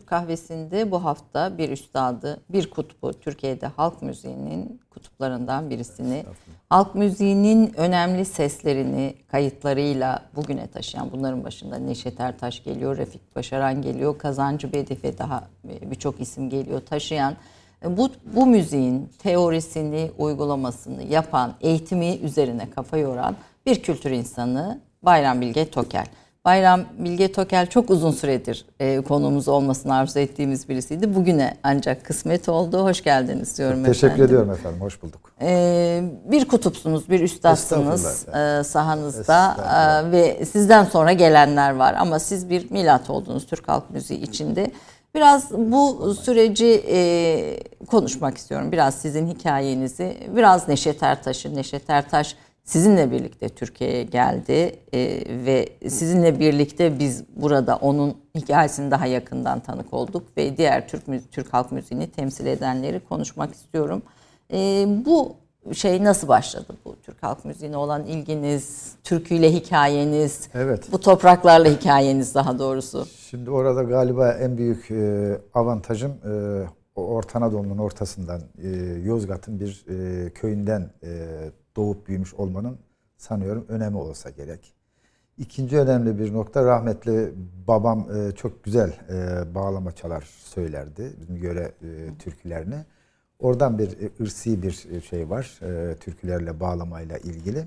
Türk Kahvesi'nde bu hafta bir üstadı, bir kutbu, Türkiye'de halk müziğinin kutuplarından birisini, halk müziğinin önemli seslerini kayıtlarıyla bugüne taşıyan, bunların başında Neşet Ertaş geliyor, Refik Başaran geliyor, Kazancı Bedih ve daha birçok isim geliyor, taşıyan, bu müziğin teorisini, uygulamasını yapan, eğitimi üzerine kafa yoran bir kültür insanı Bayram Bilge Tokel. Bayram Bilge Tokel çok uzun süredir konuğumuz olmasını arzu ettiğimiz birisiydi. Bugüne ancak kısmet oldu. Hoş geldiniz diyorum efendim. Teşekkür ediyorum efendim. Hoş bulduk. Bir kutupsunuz, bir üstadsınız sahanızda ve sizden sonra gelenler var. Ama siz bir milat oldunuz Türk halk müziği içinde. Biraz bu süreci konuşmak istiyorum. Biraz sizin hikayenizi, biraz Neşet Ertaş'ın. Neşet Ertaş sizinle birlikte Türkiye'ye geldi ve sizinle birlikte biz burada onun hikayesini daha yakından tanık olduk ve diğer Türk halk müziğini temsil edenleri konuşmak istiyorum. Bu şey nasıl başladı, bu Türk halk müziğine olan ilginiz, türküyle hikayeniz, evet, bu topraklarla hikayeniz daha doğrusu? Şimdi orada galiba en büyük avantajım Orta Anadolu'nun ortasından Yozgat'ın bir köyünden doğup büyümüş olmanın sanıyorum önemi olsa gerek. İkinci önemli bir nokta, rahmetli babam çok güzel bağlama çalar söylerdi bizim göre türkülerini. Oradan bir ırsi bir şey var türkülerle, bağlamayla ilgili.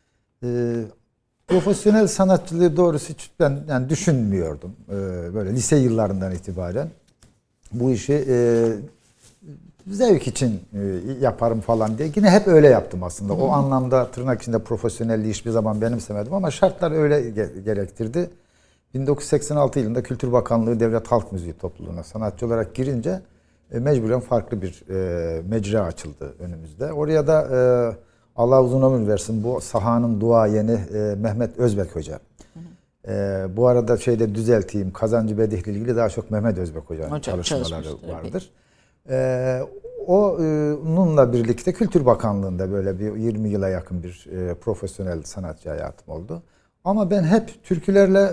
Profesyonel sanatçılığı doğrusu hiç ben yani düşünmüyordum. Böyle lise yıllarından itibaren bu işi zevk için yaparım falan diye. Yine hep öyle yaptım aslında. O anlamda tırnak içinde profesyonelliği hiçbir zaman benimsemedim ama şartlar öyle gerektirdi. 1986 yılında Kültür Bakanlığı Devlet Halk Müziği Topluluğu'na sanatçı olarak girince mecburen farklı bir mecra açıldı önümüzde. Oraya da Allah uzun ömür versin, bu sahanın duayeni Mehmet Özbek Hoca. Bu arada şeyde düzelteyim, Kazancı Bedih ile ilgili daha çok Mehmet Özbek Hoca'nın çalışmaları vardır. Onunla birlikte Kültür Bakanlığı'nda böyle bir 20 yıla yakın bir profesyonel sanatçı hayatım oldu. Ama ben hep türkülerle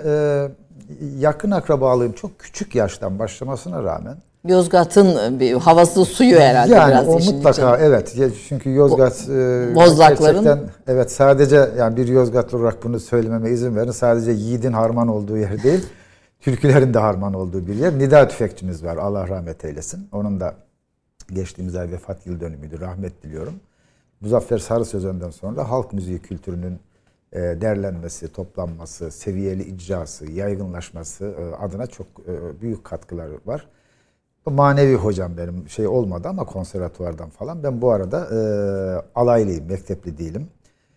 yakın akrabalığım çok küçük yaştan başlamasına rağmen. Yozgat'ın bir havası, suyu herhalde yani biraz. Yani o mutlaka için. Evet. Çünkü Yozgat Bozlakların, evet, sadece yani bir Yozgatlı olarak bunu söylememe izin verin. Sadece yiğidin harman olduğu yer değil. Türkülerin de harman olduğu bir yer. Nida Tüfekçimiz var. Allah rahmet eylesin. Onun da geçtiğimiz ay vefat yıl dönümüydü. Rahmet diliyorum. Muzaffer Sarı Sözen'den sonra halk müziği kültürünün derlenmesi, toplanması, seviyeli icrası, yaygınlaşması adına çok büyük katkıları var. Manevi hocam benim, şey olmadı ama konservatuvardan falan. Ben bu arada alaylıyım, mektepli değilim.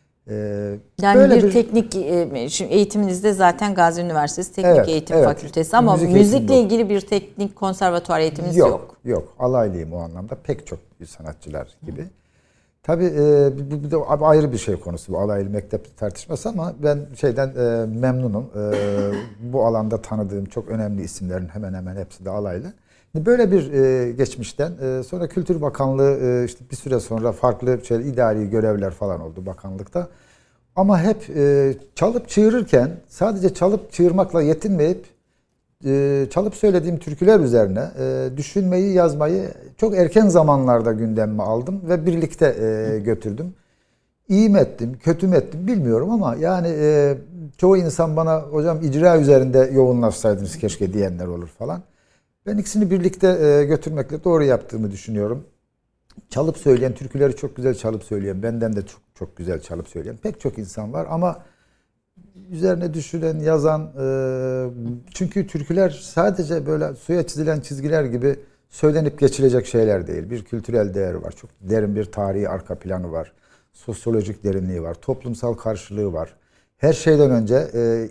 Yani böyle bir teknik eğitiminizde zaten Gazi Üniversitesi Teknik Eğitim Fakültesi ama müzikle ilgili bir teknik konservatuvar eğitiminiz yok. Yok, alaylıyım o anlamda. Pek çok sanatçılar gibi. Tabii bu da ayrı bir şey konusu, bu alaylı mektep tartışması ama ben şeyden memnunum. Bu alanda tanıdığım çok önemli isimlerin hemen hemen hepsi de alaylı. Böyle bir geçmişten sonra Kültür Bakanlığı işte bir süre sonra farklı idari görevler falan oldu bakanlıkta. Ama hep çalıp çığırırken sadece çalıp çığırmakla yetinmeyip çalıp söylediğim türküler üzerine düşünmeyi, yazmayı çok erken zamanlarda gündemime aldım ve birlikte götürdüm. İyi mi ettim, kötü mü ettim bilmiyorum ama yani çoğu insan bana hocam icra üzerinde yoğunlaşsaydınız keşke diyenler olur falan. Ben ikisini birlikte götürmekle doğru yaptığımı düşünüyorum. Çalıp söyleyen, türküleri çok güzel çalıp söyleyen, benden de çok çok güzel çalıp söyleyen pek çok insan var ama üzerine düşünen, yazan, çünkü türküler sadece böyle suya çizilen çizgiler gibi söylenip geçilecek şeyler değil. Bir kültürel değeri var, çok derin bir tarihi arka planı var, sosyolojik derinliği var, toplumsal karşılığı var. Her şeyden önce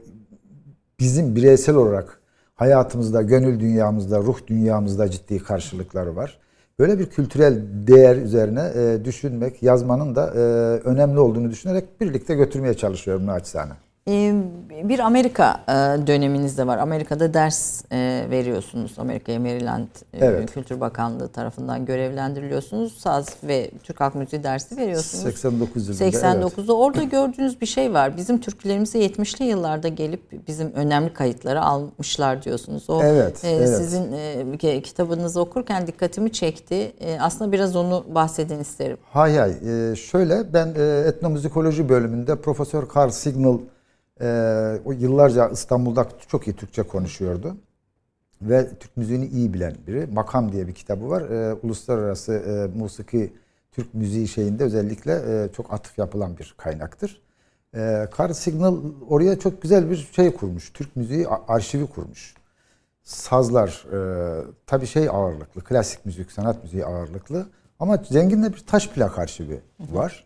bizim bireysel olarak hayatımızda, gönül dünyamızda, ruh dünyamızda ciddi karşılıkları var. Böyle bir kültürel değer üzerine düşünmek, yazmanın da önemli olduğunu düşünerek birlikte götürmeye çalışıyorum naçizane. Bir Amerika döneminiz de var. Amerika'da ders veriyorsunuz. Amerika'ya Maryland Kültür Bakanlığı tarafından görevlendiriliyorsunuz. Saz ve Türk Halk Müziği dersi veriyorsunuz. 89 yılında. 89'da. Evet. Orada gördüğünüz bir şey var. Bizim türkülerimizi 70'li yıllarda gelip bizim önemli kayıtları almışlar diyorsunuz. O sizin kitabınızı okurken dikkatimi çekti. Aslında biraz onu bahsedin isterim. Şöyle, ben etnomüzikoloji bölümünde Profesör Carl Signal o yıllarca İstanbul'da çok iyi Türkçe konuşuyordu. Ve Türk müziğini iyi bilen biri. Makam diye bir kitabı var. Uluslararası musiki Türk müziği şeyinde özellikle çok atıf yapılan bir kaynaktır. Carl Signal oraya çok güzel bir şey kurmuş. Türk müziği arşivi kurmuş. Sazlar tabii ağırlıklı. Klasik müzik, sanat müziği ağırlıklı. Ama zengin de bir taş plak arşivi var.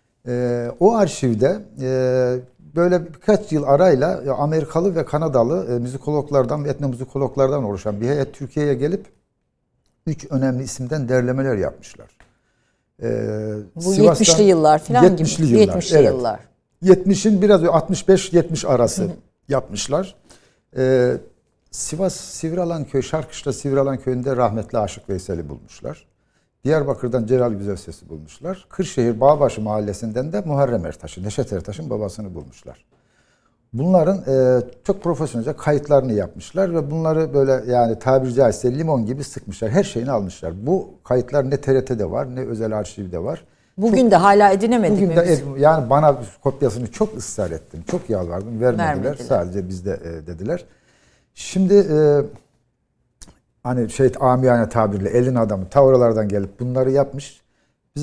O arşivde böyle birkaç yıl arayla Amerikalı ve Kanadalı müzikologlardan ve etnomüzikologlardan oluşan bir heyet Türkiye'ye gelip 3 önemli isimden derlemeler yapmışlar. Bu 70'li yıllar falan 70'li gibi. Yıllar, 70'li yıllar. 70'in biraz 65-70 arası yapmışlar. Sivas Sivrialanköy, Şarkışla Sivrialanköy'ünde rahmetli Aşık Veysel'i bulmuşlar. Diyarbakır'dan Celal Güzelses'i bulmuşlar. Kırşehir Bağbaşı Mahallesi'nden de Muharrem Ertaş'ı, Neşet Ertaş'ın babasını bulmuşlar. Bunların çok profesyonelce kayıtlarını yapmışlar ve bunları böyle yani tabiri caizse limon gibi sıkmışlar. Her şeyini almışlar. Bu kayıtlar ne TRT'de var ne özel arşivde var. Bugün de hala edinemedik mi biz? Yani bana kopyasını çok ısrar ettim. Çok yalvardım. Vermediler. Sadece bizde dediler. Şimdi hani amiyane tabirle elin adamı oralardan gelip bunları yapmış. Biz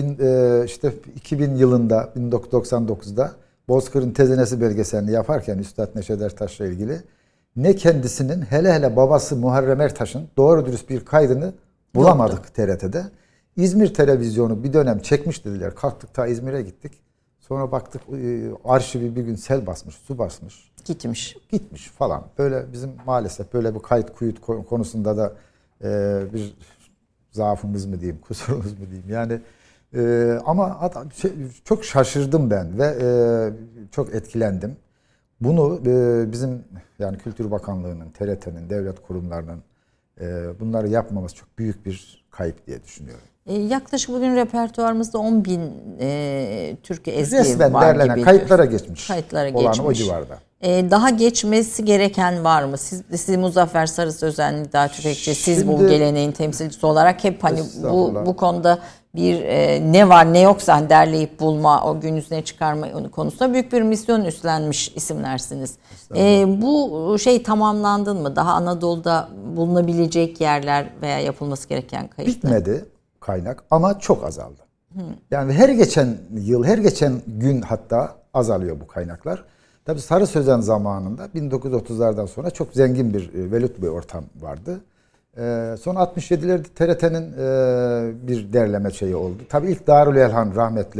2000 yılında 1999'da Bozkır'ın Tezenesi belgeselini yaparken Üstad Neşet Ertaş'la ilgili ne kendisinin hele babası Muharrem Ertaş'ın doğru dürüst bir kaydını bulamadık TRT'de. İzmir televizyonu bir dönem çekmiş dediler. Kalktık ta İzmir'e gittik. Sonra baktık arşivi bir gün sel basmış, su basmış. Gitmiş falan. Böyle bizim maalesef böyle bir kayıt kuyut konusunda da bir zaafımız mı diyeyim, kusurumuz mu diyeyim. Yani ama çok şaşırdım ben ve çok etkilendim. Bunu bizim yani Kültür Bakanlığı'nın, TRT'nin, devlet kurumlarının bunları yapmamız çok büyük bir kayıp diye düşünüyorum. Yaklaşık bugün repertuarımızda 10.000 türkü ezgi resmen var derlenen, gibi. kayıtlara geçmiş. Olan o civarda. Daha geçmesi gereken var mı? Siz Muzaffer Sarı Sözen, Nida Tüfekçi, siz bu geleneğin temsilcisi olarak hep hani bu konuda bir ne var ne yoksa hani derleyip bulma, o gün yüzüne çıkarma konusunda büyük bir misyon üstlenmiş isimlersiniz. Bu tamamlandın mı? Daha Anadolu'da bulunabilecek yerler veya yapılması gereken kayıtlar? Bitmedi kaynak ama çok azaldı. Yani her geçen yıl, her geçen gün hatta azalıyor bu kaynaklar. Tabii Sarı Sözen zamanında 1930'lardan sonra çok zengin bir velut bir ortam vardı. Sonra 67'lerde TRT'nin bir derleme şeyi oldu. Tabii ilk Darül Elhan rahmetli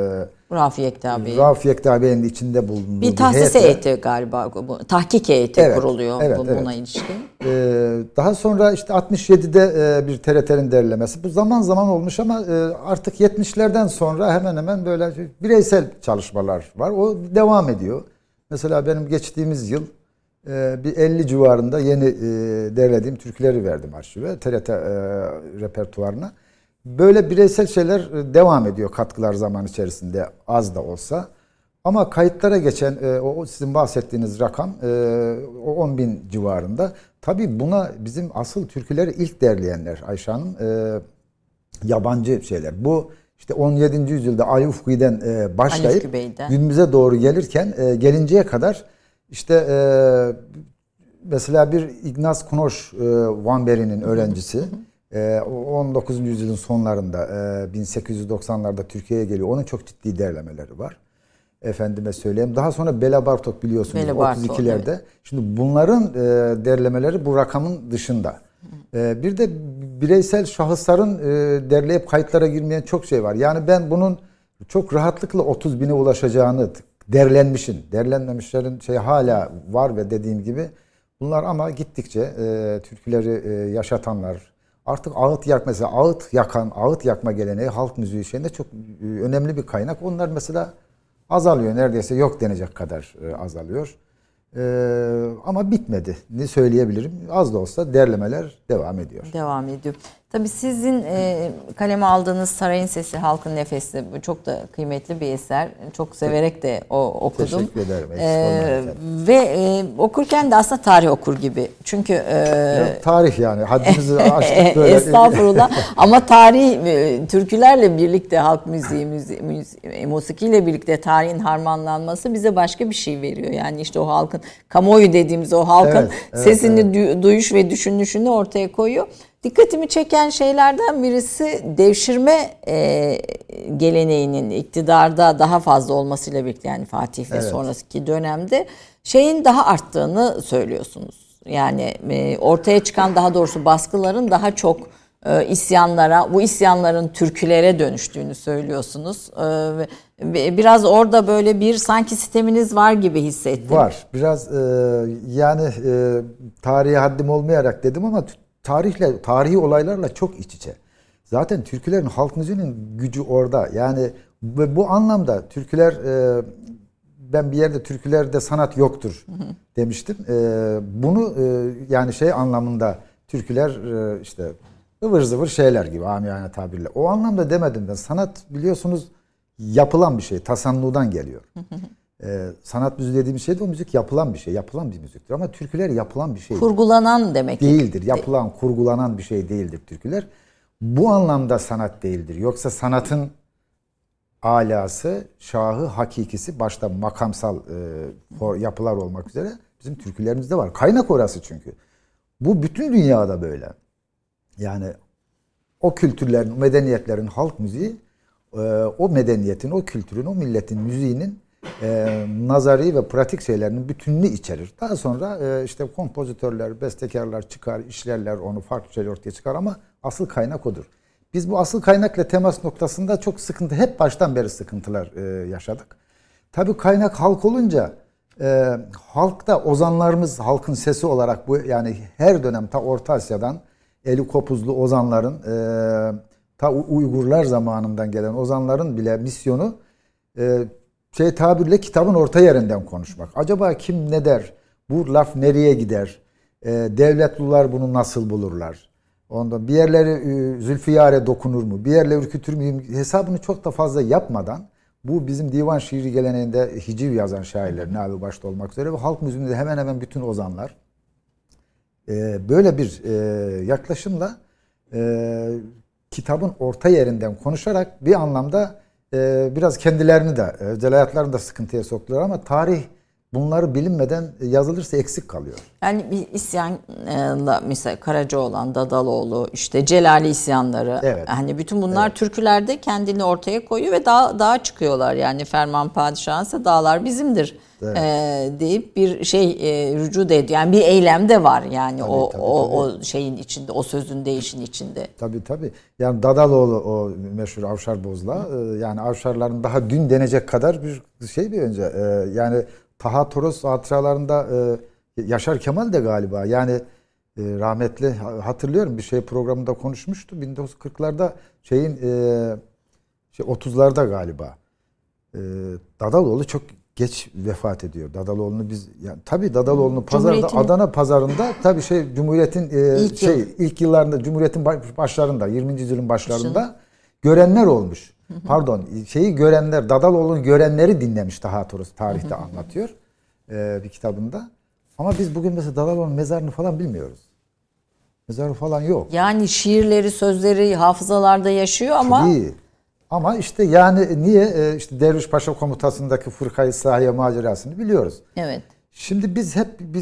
Rafi Yekta Bey'in içinde bulunduğu bir tahsis heyeti galiba. Tahkik heyeti kuruluyor buna ilişkin. Daha sonra 67'de bir TRT'nin derlemesi. Bu zaman zaman olmuş ama artık 70'lerden sonra hemen hemen böyle bireysel çalışmalar var. O devam ediyor. Mesela benim geçtiğimiz yıl bir 50 civarında yeni derlediğim türküleri verdim arşive, TRT repertuarına. Böyle bireysel şeyler devam ediyor katkılar zaman içerisinde az da olsa. Ama kayıtlara geçen o sizin bahsettiğiniz rakam o 10.000 civarında. Tabii buna bizim asıl türküleri ilk derleyenler Ayşe Hanım yabancı şeyler. Bu 17. yüzyılda Ali Ufku'dan başlayıp günümüze doğru gelirken gelinceye kadar mesela bir Ignaz Knoş Van Beri'nin öğrencisi 19. yüzyılın sonlarında 1890'larda Türkiye'ye geliyor. Onun çok ciddi derlemeleri var. Efendime söyleyeyim. Daha sonra Bela Bartok biliyorsunuz 32'lerde. Evet. Şimdi bunların derlemeleri bu rakamın dışında. Bir de bireysel şahısların derleyip kayıtlara girmeyen çok şey var. Yani ben bunun çok rahatlıkla 30.000'e ulaşacağını derlenmemişlerin hala var ve dediğim gibi bunlar ama gittikçe türküleri yaşatanlar artık ağıt mesela ağıt yakma geleneği halk müziği şeyinde çok önemli bir kaynak. Onlar mesela azalıyor. Neredeyse yok denecek kadar azalıyor. Ama bitmedi. Ne söyleyebilirim? Az da olsa derlemeler devam ediyor. Devam ediyor. Tabii sizin kaleme aldığınız Sarayın Sesi, Halkın Nefesi çok da kıymetli bir eser. Çok severek de okudum. Teşekkür ederim. Ve okurken de aslında tarih okur gibi. Çünkü tarih yani haddimizi aştık böyle. Estağfurullah. Ama tarih türkülerle birlikte halk müziği, musikiyle birlikte tarihin harmanlanması bize başka bir şey veriyor. Yani işte o halkın, kamuoyu dediğimiz o halkın sesini duyuş ve düşünüşünü ortaya koyuyor. Dikkatimi çeken şeylerden birisi devşirme geleneğinin iktidarda daha fazla olmasıyla birlikte, yani Fatih ve sonraki dönemde şeyin daha arttığını söylüyorsunuz. Yani ortaya çıkan, daha doğrusu baskıların daha çok isyanlara, bu isyanların türkülere dönüştüğünü söylüyorsunuz. Biraz orada böyle bir sanki sisteminiz var gibi hissettim. Var. Biraz yani tarihe haddim olmayarak dedim ama tarihi olaylarla çok iç içe. Zaten türkülerin, halk müziğinin gücü orada. Yani bu anlamda türküler, ben bir yerde türkülerde sanat yoktur demiştim. Bunu yani şey anlamında türküler işte ıvır zıvır şeyler gibi, amiyane tabirle. O anlamda demedim ben. Sanat biliyorsunuz yapılan bir şey. Tasannudan geliyor. Sanat müziği dediğimiz şey de o müzik yapılan bir şey. Yapılan bir müziktir. Ama türküler yapılan bir şey. Kurgulanan demek değildir. Yapılan, kurgulanan bir şey değildir türküler. Bu anlamda sanat değildir. Yoksa sanatın alası, şahı, hakikisi, başta makamsal yapılar olmak üzere bizim türkülerimizde var. Kaynak orası çünkü. Bu bütün dünyada böyle. Yani o kültürlerin, medeniyetlerin halk müziği, o medeniyetin, o kültürün, o milletin müziğinin nazari ve pratik şeylerinin bütününü içerir. Daha sonra işte kompozitörler, bestekarlar çıkar, işlerler onu, farklı şeyler ortaya çıkar ama asıl kaynak odur. Biz bu asıl kaynakla temas noktasında çok sıkıntı, hep baştan beri sıkıntılar yaşadık. Tabii kaynak halk olunca halkta ozanlarımız, halkın sesi olarak bu, yani her dönem ta Orta Asya'dan eli kopuzlu ozanların, ta Uygurlar zamanından gelen ozanların bile misyonu tabirle kitabın orta yerinden konuşmak. Acaba kim ne der? Bu laf nereye gider? Devletlular bunu nasıl bulurlar? Ondan bir yerleri Zülfiyare dokunur mu? Bir yerleri ürkütür mü? Hesabını çok da fazla yapmadan, bu bizim divan şiiri geleneğinde hiciv yazan şairler, Nabi başta olmak üzere ve halk müziğinde hemen hemen bütün ozanlar böyle bir yaklaşımla kitabın orta yerinden konuşarak bir anlamda biraz kendilerini de, özel hayatlarını da sıkıntıya soktular ama tarih bunları bilinmeden yazılırsa eksik kalıyor. Yani bir isyanla mesela Karacaoğlan, Dadaloğlu, işte Celali isyanları, hani bütün bunlar türkülerde kendini ortaya koyuyor ve dağa çıkıyorlar. Yani Ferman Padişah'ınsa dağlar bizimdir deyip bir rücu da ediyor. Yani bir eylem de var yani tabii. O şeyin içinde, o sözün değişin içinde. Tabii. Yani Dadaloğlu, o meşhur Avşar Bozla, yani Avşarların daha dün denecek kadar bir şey bir önce. Yani Taha Toros hatıralarında Yaşar Kemal de galiba, yani rahmetli, hatırlıyorum bir programında konuşmuştu 1940'larda 30'larda galiba. Dadaloğlu çok geç vefat ediyor. Dadaloğlu'nu biz, yani tabii Dadaloğlu'nu pazarda, Adana pazarında tabii Cumhuriyet'in ilk yıllarında, Cumhuriyet'in başlarında, 20. yüzyılın başlarında görenler olmuş. Pardon, görenler, Dadaloğlu'nu görenleri dinlemiş Taha Toros, tarihte anlatıyor bir kitabında. Ama biz bugün mesela Dadaloğlu'nun mezarını falan bilmiyoruz. Mezarı falan yok. Yani şiirleri, sözleri hafızalarda yaşıyor ama... Tabii. Ama işte yani niye? İşte Derviş Paşa komutasındaki Fırkayı Sahiye macerasını biliyoruz. Evet. Şimdi biz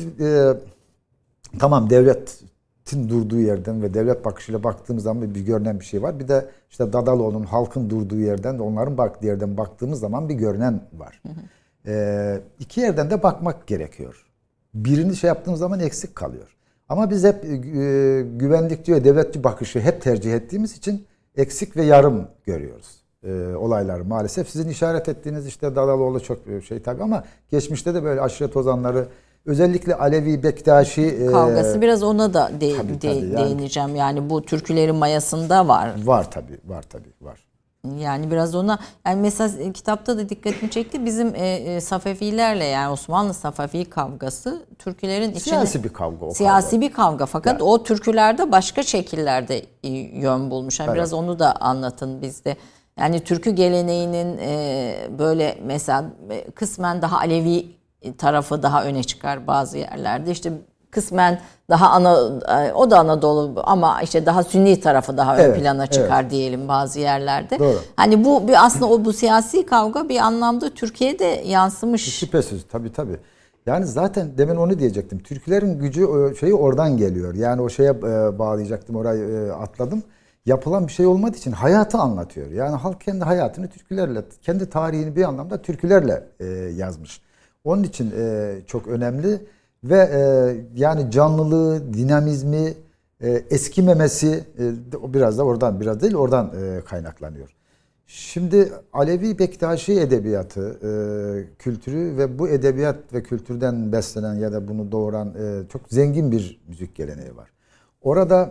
tamam, devletin durduğu yerden ve devlet bakışıyla baktığımız zaman bir görünen bir şey var. Bir de işte Dadaloğlu'nun halkın durduğu yerden de onların baktığı yerden baktığımız zaman bir görünen var. İki yerden de bakmak gerekiyor. Birini yaptığımız zaman eksik kalıyor. Ama biz hep güvenlikçi ve devletçi bakışı hep tercih ettiğimiz için eksik ve yarım görüyoruz olayları maalesef. Sizin işaret ettiğiniz işte Dadaloğlu çok tabii ama geçmişte de böyle aşiret ozanları, özellikle Alevi Bektaşi kavgası, biraz ona da değineceğim. Yani bu türkülerin mayasında var. Var tabii. Yani biraz ona, yani mesela kitapta da dikkatimi çekti, bizim Safevilerle, yani Osmanlı Safevi kavgası türkülerin içine siyasi bir kavga, o siyasi kavga. bir kavga, fakat yani o türkülerde başka şekillerde yön bulmuş. Yani biraz onu da anlatın bizde. Yani türkü geleneğinin böyle mesela kısmen daha Alevi tarafı daha öne çıkar bazı yerlerde. İşte kısmen daha o da Anadolu ama işte daha Sünni tarafı daha ön plana çıkar diyelim bazı yerlerde. Doğru. Hani bu bir aslında bu siyasi kavga bir anlamda Türkiye'de yansımış. Şüphesiz, tabii. Yani zaten demin onu diyecektim. Türkülerin gücü şeyi oradan geliyor. Yani o şeye bağlayacaktım, orayı atladım. Yapılan bir şey olmadığı için hayatı anlatıyor. Yani halk kendi hayatını türkülerle, kendi tarihini bir anlamda türkülerle yazmış. Onun için çok önemli ve yani canlılığı, dinamizmi, eskimemesi biraz da oradan, biraz değil oradan kaynaklanıyor. Şimdi Alevi Bektaşi edebiyatı, kültürü ve bu edebiyat ve kültürden beslenen ya da bunu doğuran çok zengin bir müzik geleneği var. Orada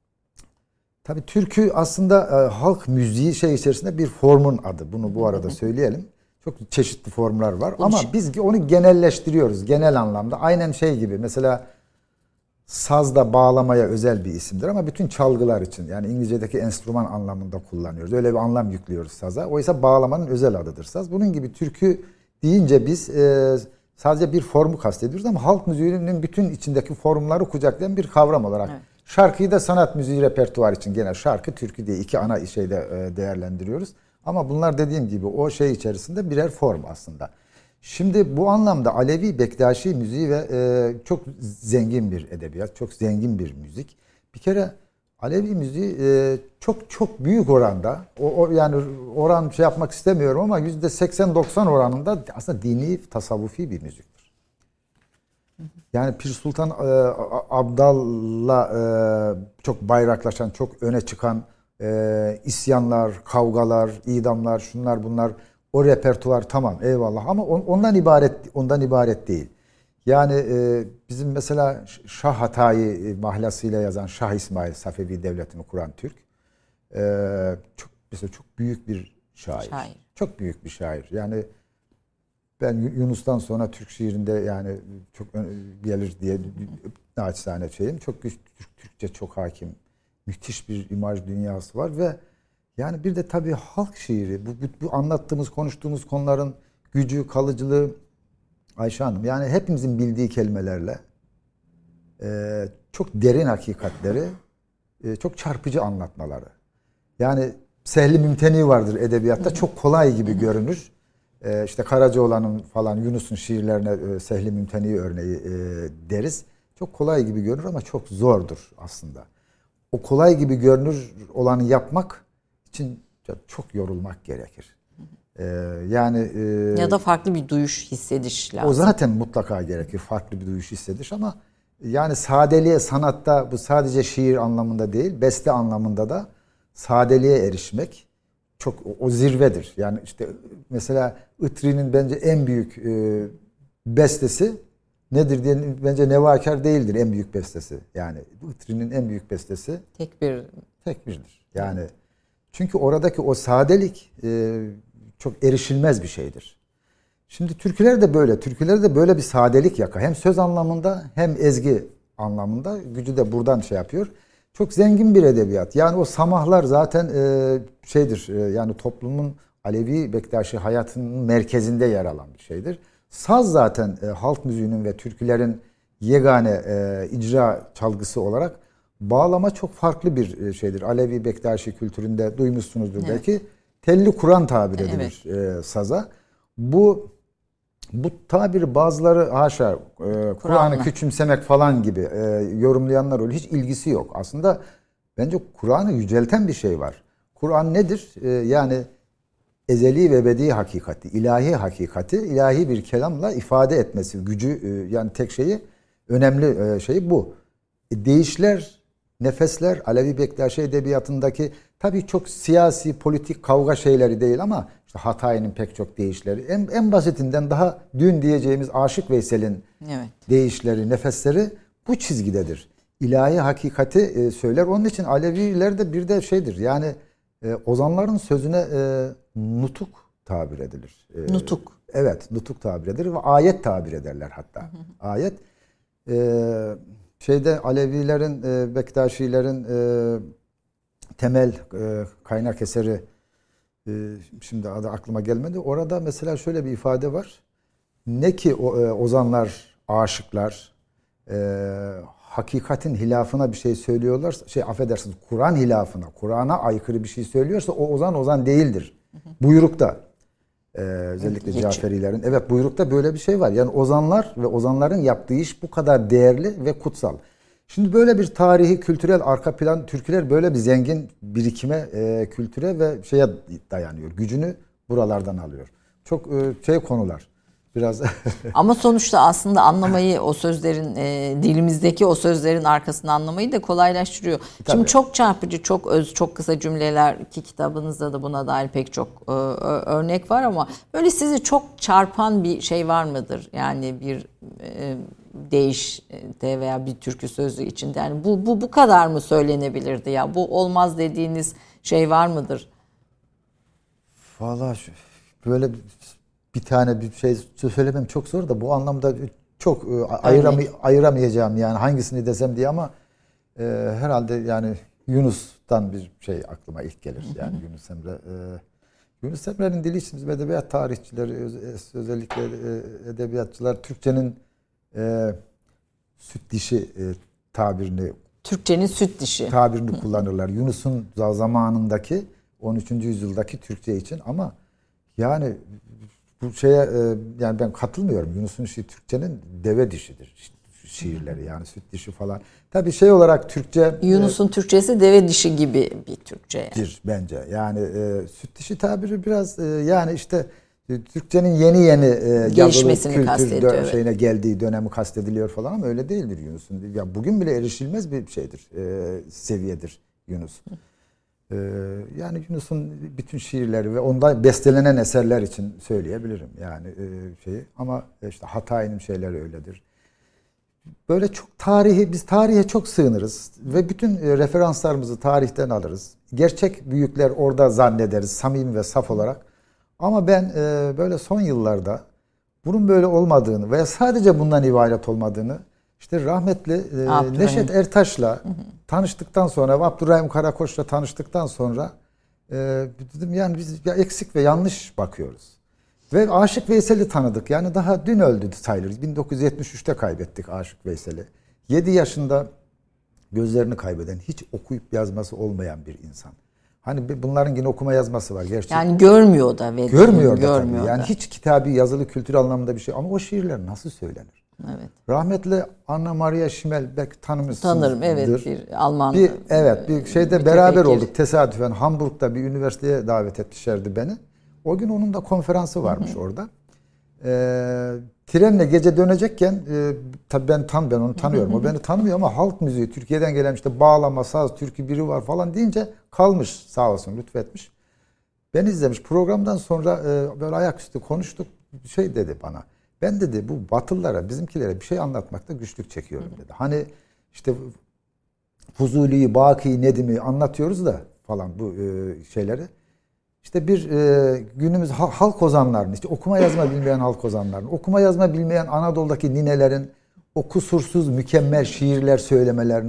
tabii türkü aslında halk müziği içerisinde bir formun adı. Bunu bu arada söyleyelim. Çok çeşitli formlar var ama biz onu genelleştiriyoruz genel anlamda. Aynen şey gibi mesela saz da bağlamaya özel bir isimdir ama bütün çalgılar için, yani İngilizce'deki enstrüman anlamında kullanıyoruz. Öyle bir anlam yüklüyoruz saza. Oysa bağlamanın özel adıdır saz. Bunun gibi türkü deyince biz sadece bir formu kastediyoruz ama halk müziğinin bütün içindeki formları kucaklayan bir kavram olarak. Evet. Şarkıyı da sanat müziği repertuar için genel şarkı, türkü diye iki ana şeyde değerlendiriyoruz. Ama bunlar dediğim gibi o şey içerisinde birer form aslında. Şimdi bu anlamda Alevi Bektaşi müziği ve çok zengin bir edebiyat, çok zengin bir müzik. Bir kere Alevi müziği çok büyük oranda, yani oran şey yapmak istemiyorum ama %80-90 oranında aslında dini, tasavvufi bir müziktir. Yani Pir Sultan Abdal'la çok bayraklaşan, çok öne çıkan isyanlar, kavgalar, idamlar, şunlar bunlar, o repertuar tamam eyvallah ama ondan ibaret değil. Yani bizim mesela Şah Hatayi mahlasıyla yazan Şah İsmail, Safevi Devleti'ni kuran Türk çok büyük bir şair. Çok büyük bir şair. Yani ben Yunus'tan sonra Türk şiirinde yani çok gelir diye naçizane şeyim. Çok güçlü, Türkçe çok hakim. Müthiş bir imaj dünyası var ve yani bir de tabii halk şiiri. Bu anlattığımız, konuştuğumuz konuların gücü, kalıcılığı, Ayşe Hanım. Yani hepimizin bildiği kelimelerle çok derin hakikatleri, çok çarpıcı anlatmaları. Yani sehli mümteni vardır edebiyatta. Çok kolay gibi görünür. İşte Karacaoğlan'ın falan, Yunus'un şiirlerine sehli mümteni örneği deriz. Çok kolay gibi görünür ama çok zordur aslında. O kolay gibi görünür olanı yapmak için çok yorulmak gerekir. Ya da farklı bir duyuş hissediş lazım. O zaten mutlaka gerekir. Farklı bir duyuş hissediş ama yani sadeliğe, sanatta bu sadece şiir anlamında değil, beste anlamında da sadeliğe erişmek çok o zirvedir. Yani işte mesela Itri'nin bence en büyük bestesi nedir diye, bence Nevakar değildir en büyük bestesi. Yani Itri'nin en büyük bestesi Tekbir'dir. Yani çünkü oradaki o sadelik çok erişilmez bir şeydir. Şimdi türküler de böyle. Türküler de böyle bir sadelik yakar. Hem söz anlamında hem ezgi anlamında. Gücü de buradan şey yapıyor. Çok zengin bir edebiyat. Yani o samahlar zaten yani toplumun Alevi Bektaşi hayatının merkezinde yer alan bir şeydir. Saz zaten halk müziğinin ve türkülerin yegane icra çalgısı olarak bağlama çok farklı bir şeydir. Alevi Bektaşi kültüründe duymuşsunuzdur belki. Telli Kur'an tabir edilir saza. Bu tabiri bazıları haşa Kur'an'ı küçümsemek falan gibi yorumlayanlar öyle, hiç ilgisi yok. Aslında bence Kur'an'ı yücelten bir şey var. Kur'an nedir? Yani ezeli ve ebedi hakikati, ilahi hakikati, ilahi bir kelamla ifade etmesi gücü, yani tek şeyi, önemli şey bu. Deyişler, nefesler Alevi Bektaşi edebiyatındaki tabii çok siyasi, politik kavga şeyleri değil ama işte Hatayi'nin pek çok deyişleri, en basitinden daha dün diyeceğimiz Aşık Veysel'in deyişleri, nefesleri bu çizgidedir. İlahi hakikati söyler. Onun için Aleviler de bir de şeydir. Yani ozanların sözüne nutuk tabir edilir. Nutuk. Evet, nutuk tabir edilir ve ayet tabir ederler hatta. Ayet Alevilerin, Bektaşilerin temel kaynak eseri, şimdi adı aklıma gelmedi. Orada mesela şöyle bir ifade var. Ne ki ozanlar, aşıklar hakikatin hilafına bir şey söylüyorlar. Affedersiniz, Kur'an hilafına, Kur'an'a aykırı bir şey söylüyorsa o ozan değildir. Buyrukta. Özellikle Caferilerin. Evet, buyrukta böyle bir şey var. Yani ozanlar ve ozanların yaptığı iş bu kadar değerli ve kutsal. Şimdi böyle bir tarihi, kültürel arka plan, türküler böyle bir zengin birikime, kültüre ve şeye dayanıyor. Gücünü buralardan alıyor. Çok konular. Biraz ama sonuçta aslında anlamayı, o sözlerin dilimizdeki o sözlerin arkasını anlamayı da kolaylaştırıyor. Tabii. Şimdi çok çarpıcı, çok öz, çok kısa cümleler ki kitabınızda da buna dair pek çok örnek var ama böyle sizi çok çarpan bir şey var mıdır? Yani bir deyişte veya bir türkü sözü içinde, yani bu kadar mı söylenebilirdi ya? Bu olmaz dediğiniz şey var mıdır? Vallahi böyle bir tane bir şey söylemem çok zor da bu anlamda çok ayıramayacağım yani hangisini desem diye, ama herhalde yani Yunus'tan bir şey aklıma ilk gelir. Yani Yunus Emre. Yunus Emre'nin dili için bizim edebiyat tarihçileri, özellikle edebiyatçılar Türkçenin süt dişi tabirini, Türkçenin süt dişi tabirini kullanırlar. Yunus'un zamanındaki 13. yüzyıldaki Türkçe için, ama yani bu yani ben katılmıyorum. Yunus'un Türkçenin deve dişidir şiirleri, yani süt dişi falan. Tabii olarak Türkçe, Yunus'un Türkçesi deve dişi gibi bir Türkçe yani. Bence. Yani süt dişi tabiri biraz yani işte Türkçenin yeni gelişmesini kastediyor. Şeyine geldiği dönemi kastediliyor falan, ama öyle değildir Yunus'un. Ya bugün bile erişilmez bir şeydir. Seviyedir Yunus. Yani Yunus'un bütün şiirleri ve ondan bestelenen eserler için söyleyebilirim yani ama işte Hatay'ın şeyleri öyledir. Böyle çok biz tarihe çok sığınırız ve bütün referanslarımızı tarihten alırız. Gerçek büyükler orada zannederiz, samimi ve saf olarak. Ama ben böyle son yıllarda bunun böyle olmadığını veya sadece bundan ibaret olmadığını, İşte rahmetli Neşet Ertaş'la tanıştıktan sonra, Abdurrahim Karakoç'la tanıştıktan sonra dedim yani biz eksik ve yanlış bakıyoruz. Ve Aşık Veysel'i tanıdık. Yani daha dün öldü sayılır. 1973'te kaybettik Aşık Veysel'i. 7 yaşında gözlerini kaybeden, hiç okuyup yazması olmayan bir insan. Hani bunların yine okuma yazması var gerçi. Yani görmüyor da. Görmüyor da. Yani hiç kitabi, yazılı, kültür anlamında bir şey. Ama o şiirler nasıl söylenir? Evet. Rahmetli Anna Maria Schimmel, belki tanımışsınızdır. Tanırım, evet, bir Alman. Bir şeyde beraber olduk tesadüfen. Hamburg'da bir üniversiteye davet etmişlerdi beni. O gün onun da konferansı varmış orada. Trenle gece dönecekken tabii ben onu tanıyorum. O beni tanımıyor ama halk müziği, Türkiye'den gelen işte bağlama, saz, türkü biri var falan deyince kalmış, sağ olsun, lütfetmiş. Beni izlemiş. Programdan sonra böyle ayaküstü konuştuk. Dedi bana. Ben dedi bu Batılılara, bizimkilere bir şey anlatmakta güçlük çekiyorum dedi. Hani işte Fuzuli'yi, Baki'yi, Nedim'i anlatıyoruz da falan bu şeyleri. İşte bir günümüz halk ozanlarının, işte okuma yazma bilmeyen halk ozanlarının, okuma yazma bilmeyen Anadolu'daki ninelerin o kusursuz mükemmel şiirler söylemelerini,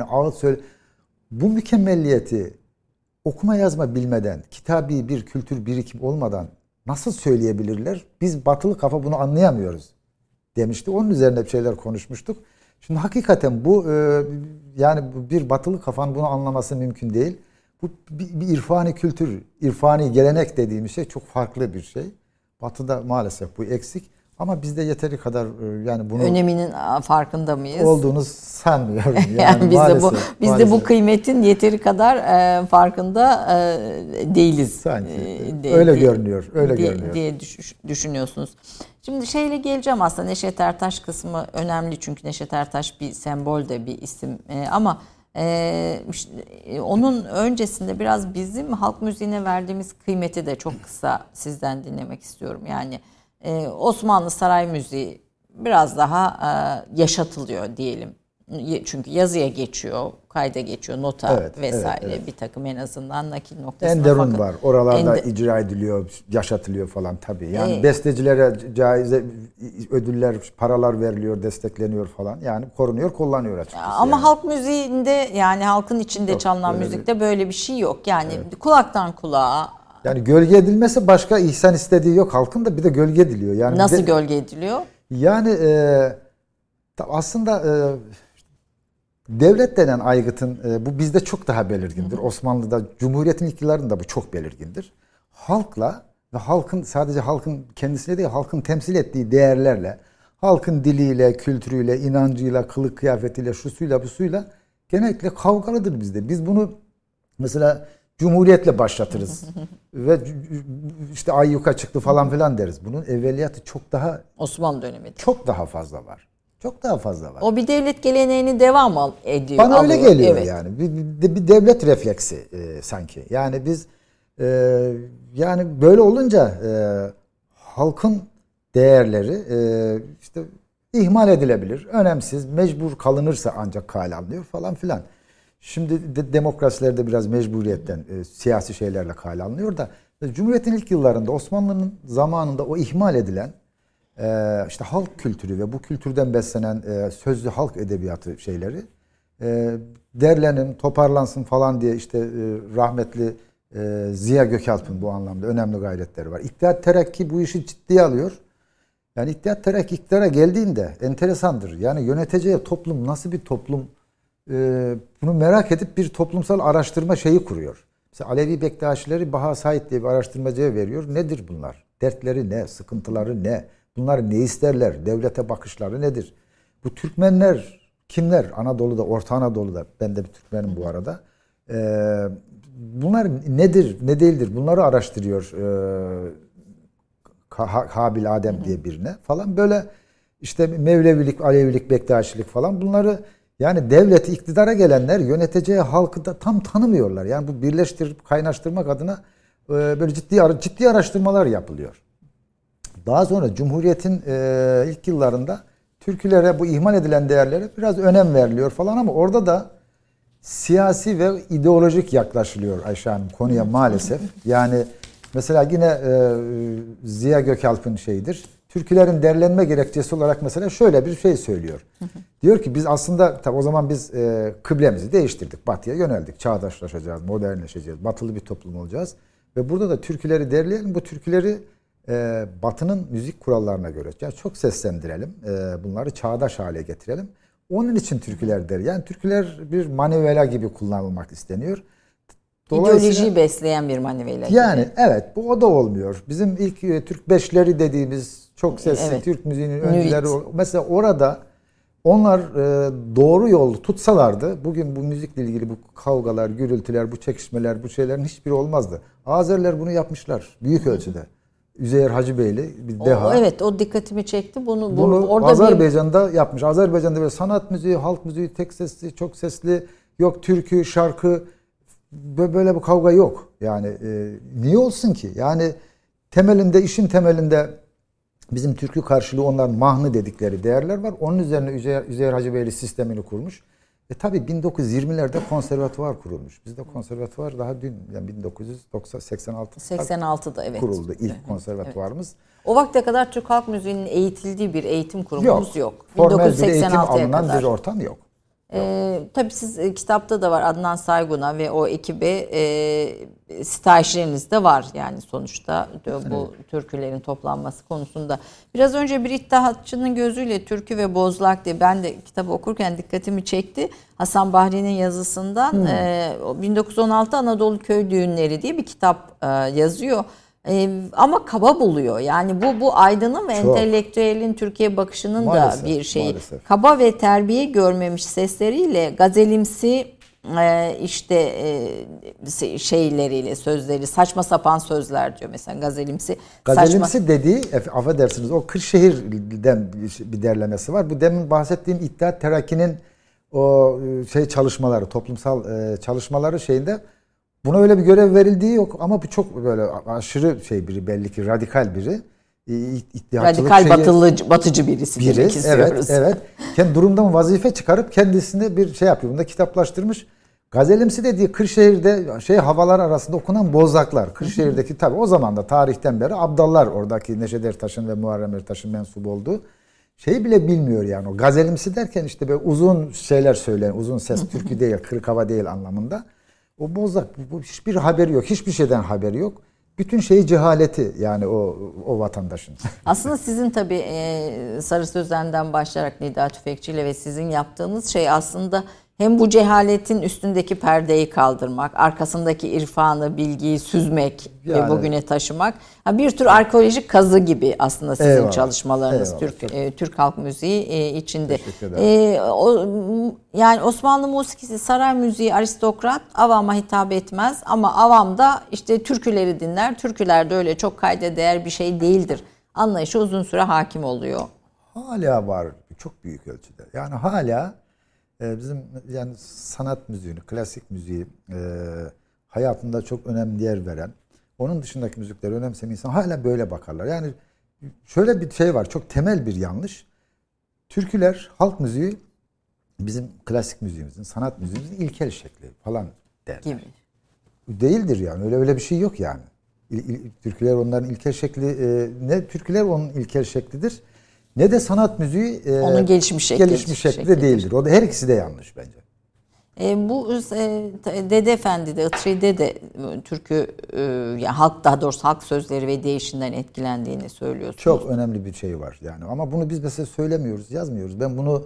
bu mükemmelliyeti okuma yazma bilmeden, kitabi bir kültür birikim olmadan nasıl söyleyebilirler? Biz batılı kafa bunu anlayamıyoruz demişti. Onun üzerine bir şeyler konuşmuştuk. Şimdi hakikaten bu yani bir batılı kafanın bunu anlaması mümkün değil. Bu bir irfani kültür, irfani gelenek dediğimiz şey çok farklı bir şey. Batı'da maalesef bu eksik. Ama bizde yeteri kadar yani bunun öneminin farkında mıyız? Olduğunu sanmıyorum. Yani biz de bu kıymetin yeteri kadar farkında değiliz. Sanki öyle görünüyor. Diye düşünüyorsunuz. Şimdi şeyle geleceğim, aslında Neşet Ertaş kısmı önemli çünkü Neşet Ertaş bir sembol de bir isim ama işte, onun öncesinde biraz bizim halk müziğine verdiğimiz kıymeti de çok kısa sizden dinlemek istiyorum. Yani Osmanlı saray müziği biraz daha yaşatılıyor diyelim. Çünkü yazıya geçiyor, kayda geçiyor, nota vesaire bir takım en azından nakil noktasında. Enderun var. Oralarda icra ediliyor, yaşatılıyor falan tabii. Yani bestecilere caize ödüller, paralar veriliyor, destekleniyor falan. Yani korunuyor, kullanıyor açıkçası. Ama halk müziğinde, yani halkın içinde çalınan müzikte böyle bir şey yok. Yani kulaktan kulağa. Yani gölge edilmesi başka, ihsan istediği yok halkın da, bir de gölge ediliyor. Yani nasıl gölge ediliyor? Yani aslında devlet denen aygıtın bu bizde çok daha belirgindir. Osmanlı'da, Cumhuriyet'in ilk yıllarında bu çok belirgindir. Halkla ve halkın, sadece halkın kendisine değil, halkın temsil ettiği değerlerle, halkın diliyle, kültürüyle, inancıyla, kılık kıyafetiyle, şusuyla, busuyla genellikle kavgalıdır bizde. Biz bunu mesela Cumhuriyet'le başlatırız. Ve işte ayyuka çıktı falan filan deriz. Bunun evveliyatı çok daha, Osmanlı döneminde çok daha fazla var. Çok daha fazla var. O bir devlet geleneğini devam ediyor. Bana öyle geliyor yani. Bir devlet refleksi sanki. Yani biz yani böyle olunca halkın değerleri işte ihmal edilebilir. Önemsiz, mecbur kalınırsa ancak kale alınıyor falan filan. Şimdi demokrasilerde biraz mecburiyetten siyasi şeylerle kale alınıyor da Cumhuriyet'in ilk yıllarında, Osmanlı'nın zamanında o ihmal edilen işte halk kültürü ve bu kültürden beslenen sözlü halk edebiyatı şeyleri derlenin, toparlansın falan diye işte rahmetli Ziya Gökalp'ın bu anlamda önemli gayretleri var. İttihat Terakki bu işi ciddiye alıyor. Yani İttihat Terakki iktidara geldiğinde enteresandır. Yani yöneteceği toplum nasıl bir toplum, bunu merak edip bir toplumsal araştırma şeyi kuruyor. Mesela Alevi Bektaşileri Baha Said diye bir araştırmacıya veriyor. Nedir bunlar? Dertleri ne? Sıkıntıları ne? Bunlar ne isterler? Devlete bakışları nedir? Bu Türkmenler kimler? Anadolu'da, Orta Anadolu'da. Ben de bir Türkmenim bu arada. Bunlar nedir? Ne değildir? Bunları araştırıyor. Habil Adem diye birine falan. Böyle işte Mevlevilik, Alevilik, Bektaşilik falan, bunları yani devleti, iktidara gelenler yöneteceği halkı da tam tanımıyorlar. Yani bu birleştirip kaynaştırmak adına böyle ciddi araştırmalar yapılıyor. Daha sonra Cumhuriyet'in ilk yıllarında türkülere, bu ihmal edilen değerlere biraz önem veriliyor falan, ama orada da siyasi ve ideolojik yaklaşılıyor Ayşe Hanım konuya maalesef. Yani mesela yine Ziya Gökalp'ın şeyidir. Türkülerin derlenme gerekçesi olarak mesela şöyle bir şey söylüyor. Diyor ki biz aslında tabi o zaman biz kıblemizi değiştirdik. Batıya yöneldik. Çağdaşlaşacağız, modernleşeceğiz, batılı bir toplum olacağız. Ve burada da türküleri derleyelim. Bu türküleri Batı'nın müzik kurallarına göre yani çok seslendirelim. Bunları çağdaş hale getirelim. Onun için türküler der. Yani türküler bir manivela gibi kullanılmak isteniyor. İdeolojiyi besleyen bir manivela gibi. Yani evet, bu o da olmuyor. Bizim ilk Türk beşleri dediğimiz çok sesli Türk müziğinin öncüleri. Mesela orada onlar doğru yolu tutsalardı bugün bu müzikle ilgili bu kavgalar, gürültüler, bu çekişmeler, bu şeylerin hiçbiri olmazdı. Azeriler bunu yapmışlar büyük ölçüde. Üzeyir Hacıbeyli bir deha. Evet, o dikkatimi çekti. Bunu orada Azerbaycan'da yapmış. Azerbaycan'da böyle sanat müziği, halk müziği, tek sesli, çok sesli, yok türkü, şarkı, böyle bir kavga yok. Yani niye olsun ki? Yani temelinde, işin temelinde bizim türkü karşılığı onların mahnı dedikleri değerler var. Onun üzerine Üzeyir Hacıbeyli sistemini kurmuş. Tabii 1920'lerde konservatuvar kurulmuş. Bizde konservatuvar daha dün, yani 1986'da evet kuruldu ilk konservatuvarımız. Evet. O vakte kadar Türk halk müziğinin eğitildiği bir eğitim kurumumuz yok. Formel bir eğitim alınan bir ortam yok. Tabii siz kitapta da var, Adnan Saygun'a ve o ekibe stajyeriniz de var yani sonuçta bu türkülerin toplanması konusunda. Biraz önce bir iddiatçının gözüyle türkü ve bozlak diye ben de kitabı okurken dikkatimi çekti. Hasan Bahri'nin yazısından 1916 Anadolu Köy Düğünleri diye bir kitap yazıyor. Ama kaba buluyor. Yani bu aydının ve entelektüelin Türkiye bakışının maalesef, da bir şeyi. Maalesef. Kaba ve terbiye görmemiş sesleriyle, gazelimsi şeyleriyle, sözleri, saçma sapan sözler diyor mesela gazelimsi. Gazelimsi dediği, affedersiniz, o Kırşehir'den bir derlemesi var. Bu demin bahsettiğim İttihat Terakki'nin o çalışmaları, toplumsal çalışmaları şeyinde buna öyle bir görev verildiği yok, ama bu çok böyle aşırı biri, belli ki radikal biri. radikal batıcı birisi demek istiyoruz. Evet. Kendi durumdan vazife çıkarıp kendisine bir şey yapıyor. Bunu da kitaplaştırmış. Gazelimsi dediği Kırşehir'de havalar arasında okunan Bozlaklar. Kırşehir'deki tabii o zaman da tarihten beri abdallar, oradaki Neşet Ertaş'ın ve Muharrem Ertaş'ın mensubu olduğu şeyi bile bilmiyor yani. O gazelimsi derken işte böyle uzun şeyler söyleyen, uzun ses, türkü değil, kırık hava değil anlamında. O Bozlak hiçbir haberi yok, hiçbir şeyden haberi yok. Bütün şeyi cehaleti yani o vatandaşın. Aslında sizin tabii Sarı Sözen'den başlayarak Nida Tüfekçi ile ve sizin yaptığınız şey aslında hem bu cehaletin üstündeki perdeyi kaldırmak, arkasındaki irfanı, bilgiyi süzmek ve bugüne taşımak. Bir tür arkeolojik kazı gibi aslında sizin çalışmalarınız Türk halk müziği içinde. Yani Osmanlı musikisi, saray müziği aristokrat, avama hitap etmez ama avam da işte türküleri dinler. Türküler de öyle çok kayda değer bir şey değildir. Anlayışı uzun süre hakim oluyor. Hala var çok büyük ölçüde. Yani hala bizim yani sanat müziğini, klasik müziği hayatında çok önemli yer veren, onun dışındaki müzikleri önemseyen insan hala böyle bakarlar. Yani şöyle bir şey var, çok temel bir yanlış. Türküler, halk müziği bizim klasik müziğimizin, sanat müziğimizin ilkel şekli falan derler. Gibi. Değildir yani, öyle bir şey yok yani. Türküler onların ilkel şekli, ne türküler onun ilkel şeklidir. Ne de sanat müziği onun gelişmiş şekli de değildir. O da her ikisi de yanlış bence. Bu Dede Efendi'de, Itri'de de türkü, yani halk sözleri ve deyişinden etkilendiğini söylüyorsunuz. Çok önemli bir şey var yani. Ama bunu biz mesela söylemiyoruz, yazmıyoruz. Ben bunu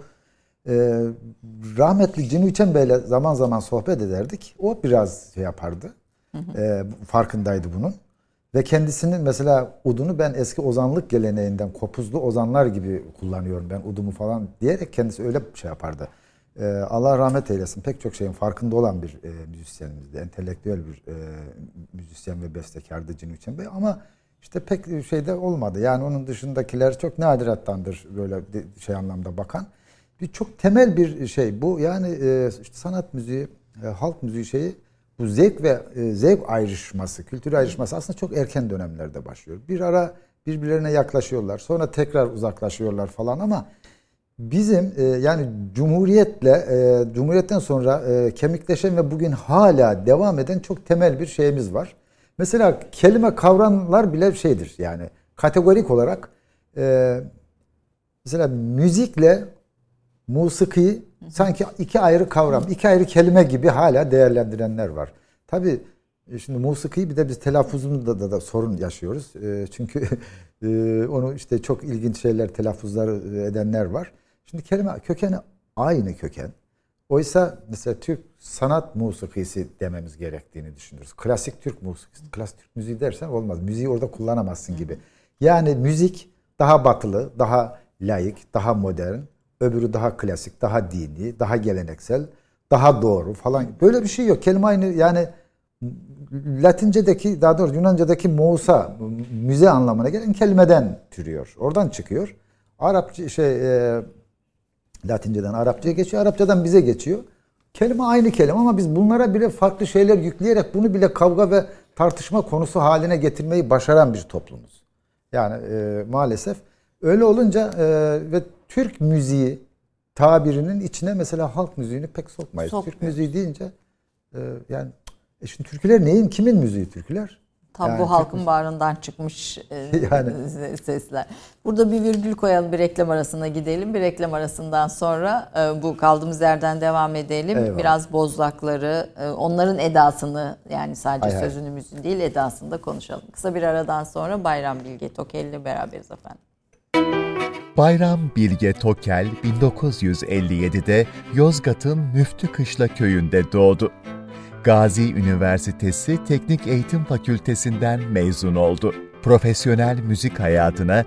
rahmetli Cinu İçen Bey'le zaman zaman sohbet ederdik. O biraz şey yapardı. Farkındaydı bunun. Ve kendisinin mesela udunu ben eski ozanlık geleneğinden kopuzlu ozanlar gibi kullanıyorum ben udumu falan diyerek kendisi öyle şey yapardı. Allah rahmet eylesin, pek çok şeyin farkında olan bir müzisyenimizdi. Entelektüel bir müzisyen ve bestekardı Cinu İçen Bey ama işte pek şeyde olmadı. Yani onun dışındakiler çok nadirattandır böyle şey anlamda bakan. Bir çok temel bir şey bu. Yani işte sanat müziği, halk müziği şeyi, bu zevk ve zevk ayrışması, kültür ayrışması aslında çok erken dönemlerde başlıyor. Bir ara birbirlerine yaklaşıyorlar. Sonra tekrar uzaklaşıyorlar falan ama bizim yani Cumhuriyet'ten sonra kemikleşen ve bugün hala devam eden çok temel bir şeyimiz var. Mesela kelime kavramlar bile şeydir yani kategorik olarak mesela müzikle musiki sanki iki ayrı kavram, iki ayrı kelime gibi hala değerlendirenler var. Tabii şimdi musikiyi bir de biz telaffuzunda da sorun yaşıyoruz. Çünkü onu işte çok ilginç şeyler, telaffuzları edenler var. Şimdi kelime kökeni aynı köken. Oysa mesela Türk sanat musikisi dememiz gerektiğini düşünürüz. Klasik Türk musikisi, klasik Türk müziği dersen olmaz. Müziği orada kullanamazsın gibi. Yani müzik daha batılı, daha laik, daha modern. Öbürü daha klasik, daha dini, daha geleneksel, daha doğru falan. Böyle bir şey yok. Kelime aynı yani Latince'deki, daha doğrusu Yunanca'daki Mousa, müze anlamına gelen kelimeden türüyor. Oradan çıkıyor. Arapça Latince'den Arapça'ya geçiyor. Arapçadan bize geçiyor. Kelime aynı kelime ama biz bunlara bile farklı şeyler yükleyerek bunu bile kavga ve tartışma konusu haline getirmeyi başaran bir toplumuz. Yani maalesef öyle olunca ve Türk müziği tabirinin içine mesela halk müziğini pek sokmayız. Türk müziği deyince yani şimdi türküler neyin, kimin müziği türküler? Tam yani bu halkın bağrından çıkmış yani sesler. Burada bir virgül koyalım, bir reklam arasına gidelim. Bir reklam arasından sonra bu kaldığımız yerden devam edelim. Eyvallah. Biraz Bozlakları, onların edasını yani sadece sözünü müziği değil edasını da konuşalım. Kısa bir aradan sonra Bayram Bilge Tokel ile beraberiz efendim. Bayram Bilge Tokel 1957'de Yozgat'ın Müftükışla köyünde doğdu. Gazi Üniversitesi Teknik Eğitim Fakültesinden mezun oldu. Profesyonel müzik hayatına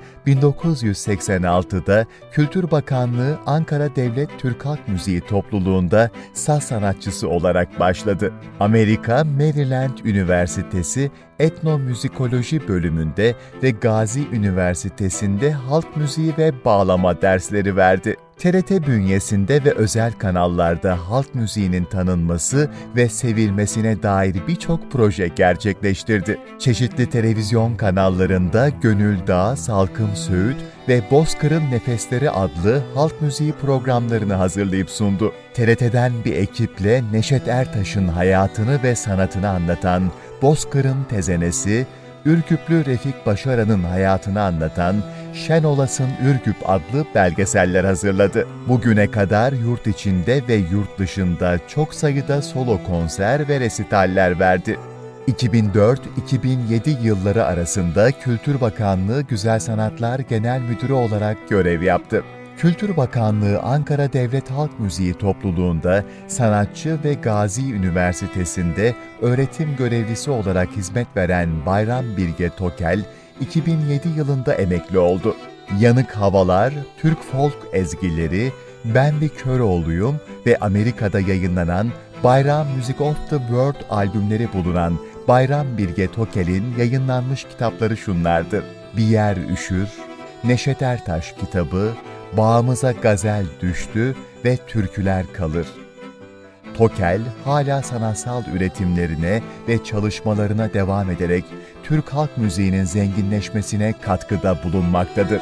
1986'da Kültür Bakanlığı Ankara Devlet Türk Halk Müziği Topluluğu'nda saz sanatçısı olarak başladı. Amerika Maryland Üniversitesi Etnomüzikoloji bölümünde ve Gazi Üniversitesi'nde halk müziği ve bağlama dersleri verdi. TRT bünyesinde ve özel kanallarda halk müziğinin tanınması ve sevilmesine dair birçok proje gerçekleştirdi. Çeşitli televizyon kanallarında Gönül Dağı, Salkım Söğüt ve Bozkır'ın Nefesleri adlı halk müziği programlarını hazırlayıp sundu. TRT'den bir ekiple Neşet Ertaş'ın hayatını ve sanatını anlatan Bozkır'ın Tezenesi, Ürgüplü Refik Başaran'ın hayatını anlatan Şen Olasın Ürgüp adlı belgeseller hazırladı. Bugüne kadar yurt içinde ve yurt dışında çok sayıda solo konser ve resitaller verdi. 2004-2007 yılları arasında Kültür Bakanlığı Güzel Sanatlar Genel Müdürü olarak görev yaptı. Kültür Bakanlığı Ankara Devlet Halk Müziği Topluluğu'nda sanatçı ve Gazi Üniversitesi'nde öğretim görevlisi olarak hizmet veren Bayram Bilge Tokel, 2007 yılında emekli oldu. Yanık Havalar, Türk Folk Ezgileri, Ben Bir Köroğluyum ve Amerika'da yayınlanan Bayram Music of the World albümleri bulunan Bayram Bilge Tokel'in yayınlanmış kitapları şunlardır: Bir Yer Üşür, Neşet Ertaş kitabı, Bağımıza Gazel Düştü ve Türküler Kalır. Tokel, hala sanatsal üretimlerine ve çalışmalarına devam ederek Türk halk müziğinin zenginleşmesine katkıda bulunmaktadır.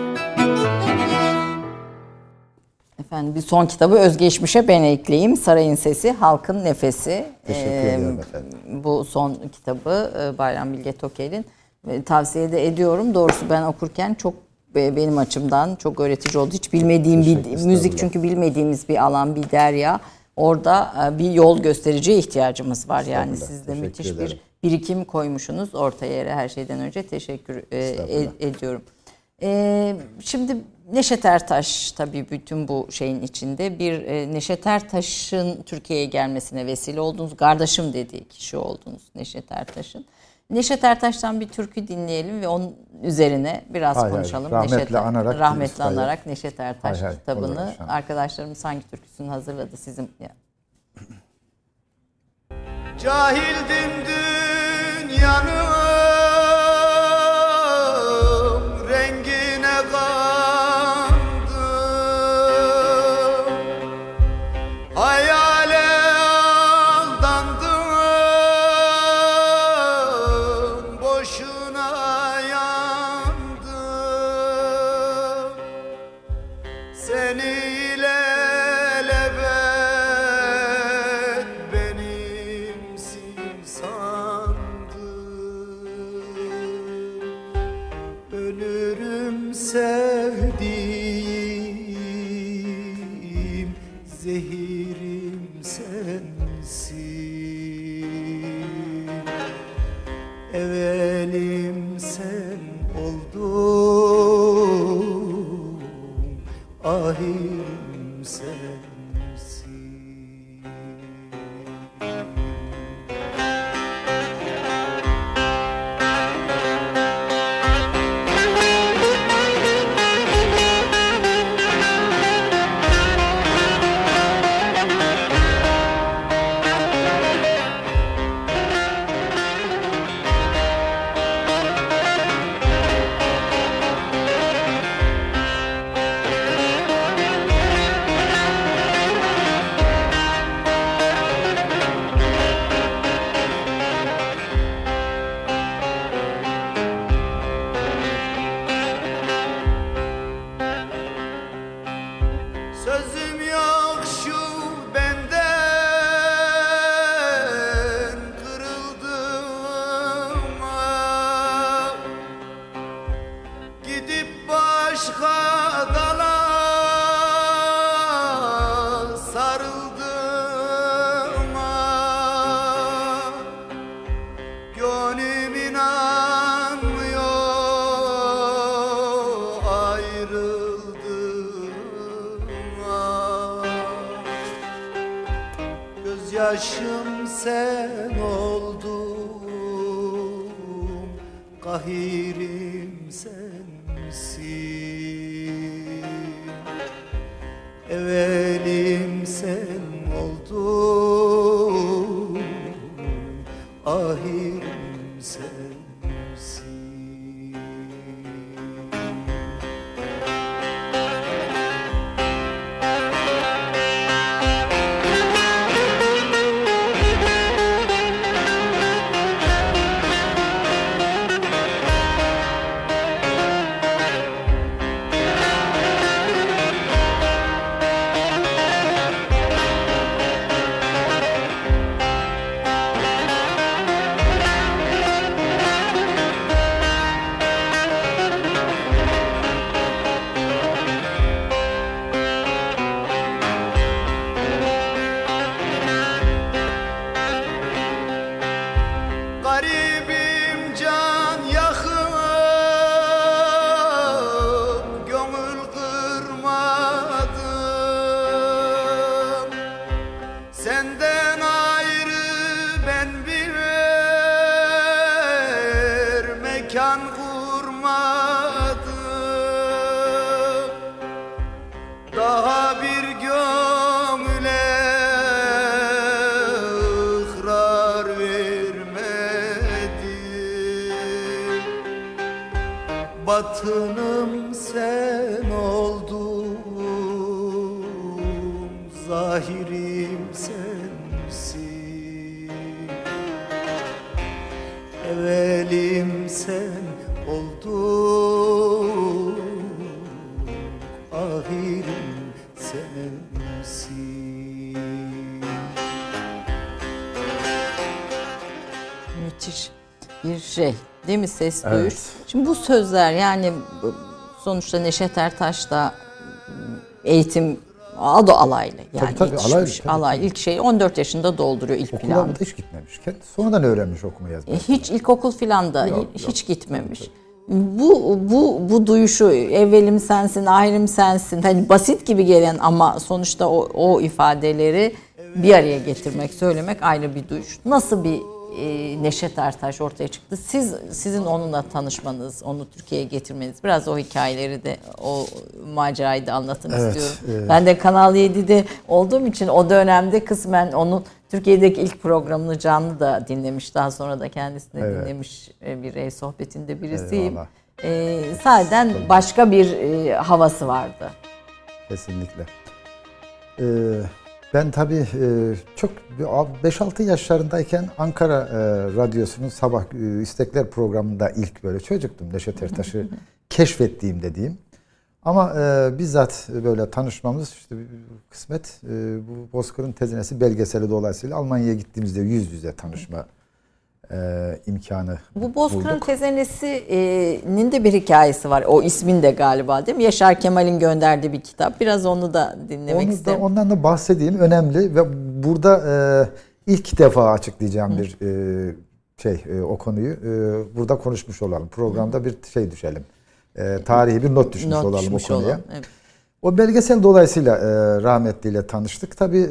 Efendim bir son kitabı özgeçmişe ben ekleyeyim. Sarayın Sesi, Halkın Nefesi. Teşekkür ediyorum efendim. Bu son kitabı Bayram Bilge Tokel'in. Tavsiye de ediyorum. Doğrusu ben okurken çok benim açımdan çok öğretici oldu. Hiç bilmediğim bir müzik, çünkü bilmediğimiz bir alan, bir derya. Orada bir yol göstericiye ihtiyacımız var. Yani siz de müthiş bir birikim koymuşsunuz ortaya yere. Her şeyden önce teşekkür ediyorum. Şimdi Neşet Ertaş tabii bütün bu şeyin içinde. Bir Neşet Ertaş'ın Türkiye'ye gelmesine vesile oldunuz. Kardeşim dediği kişi oldunuz Neşet Ertaş'ın. Neşet Ertaş'tan bir türkü dinleyelim ve onun üzerine biraz konuşalım. Rahmetli anarak Neşet Ertaş kitabını. Arkadaşlarımız hangi türküsünü hazırladı sizin? Cahildim dünyanın rengine kandım, hayale aldandım, boşuna yandım. Seni ilelebet benimsin sandım. Ölürüm sevdiğim, zehirim sensin. Evelim sen oldun, ahirim sensin. Sözüm yok şu benden, kırıldım ah. Gidip başka dala sarıldım ah. Gönlüm inanmıyor, ayrıldım ah. Gözyaşım sen oldun, kahirim sensin. Evelim sen oldun, ahirim sensin. garibim can yakıp gönül kırmadım. Senden ayrı ben bir mekan kurmadım. Daha bir gönüle ıkrar vermedim. Batınım sen oldun, zahirim sensin. Evelim sen oldun, ahirim sensin. Müthiş bir şey değil mi, ses Evet. duyuş? Şimdi bu sözler, yani sonuçta Neşet Ertaş da eğitim adı alaylı. Yani Tabii, yetişmiş, alaylı, tabii. alaylı. İlk şeyi 14 yaşında dolduruyor ilk Okula planda. da hiç gitmemiş. Sonradan öğrenmiş okuma yazmayı. Hiç ilkokul filan da Yok, hiç gitmemiş. Bu duyuşu, evvelim sensin, ahirim sensin, hani basit gibi gelen ama sonuçta o ifadeleri bir araya getirmek, söylemek ayrı bir duyuş. Nasıl bir Neşet Ertaş ortaya çıktı? Sizin onunla tanışmanız, onu Türkiye'ye getirmeniz, biraz o hikayeleri de, o macerayı da anlatın istiyorum. Ben de Kanal 7'de olduğum için o dönemde kısmen onun Türkiye'deki ilk programını canlı da dinlemiş. Daha sonra da kendisini dinlemiş bir ev sohbetinde birisiyim. Sahiden başka bir havası vardı. Kesinlikle. Ben tabii çok 5-6 yaşlarındayken Ankara Radyosu'nun sabah istekler programında ilk böyle çocuktum. Neşet Ertaş'ı keşfettiğim dediğim. Ama bizzat böyle tanışmamız işte kısmet bu Bozkır'ın Tezinesi belgeseli dolayısıyla Almanya'ya gittiğimizde yüz yüze tanışma imkanı Bu Bozkır'ın bulduk. Tezenesi'nin de bir hikayesi var. O ismin de galiba değil mi? Yaşar Kemal'in gönderdiği bir kitap. Biraz onu da dinlemek isterim. Ondan da bahsedeyim. Önemli ve burada ilk defa açıklayacağım bir o konuyu. Burada konuşmuş olalım. Programda bir şey düşelim. Tarihi bir not düşmüş olalım o konuya. Evet. O belgesel dolayısıyla rahmetliyle tanıştık. Tabii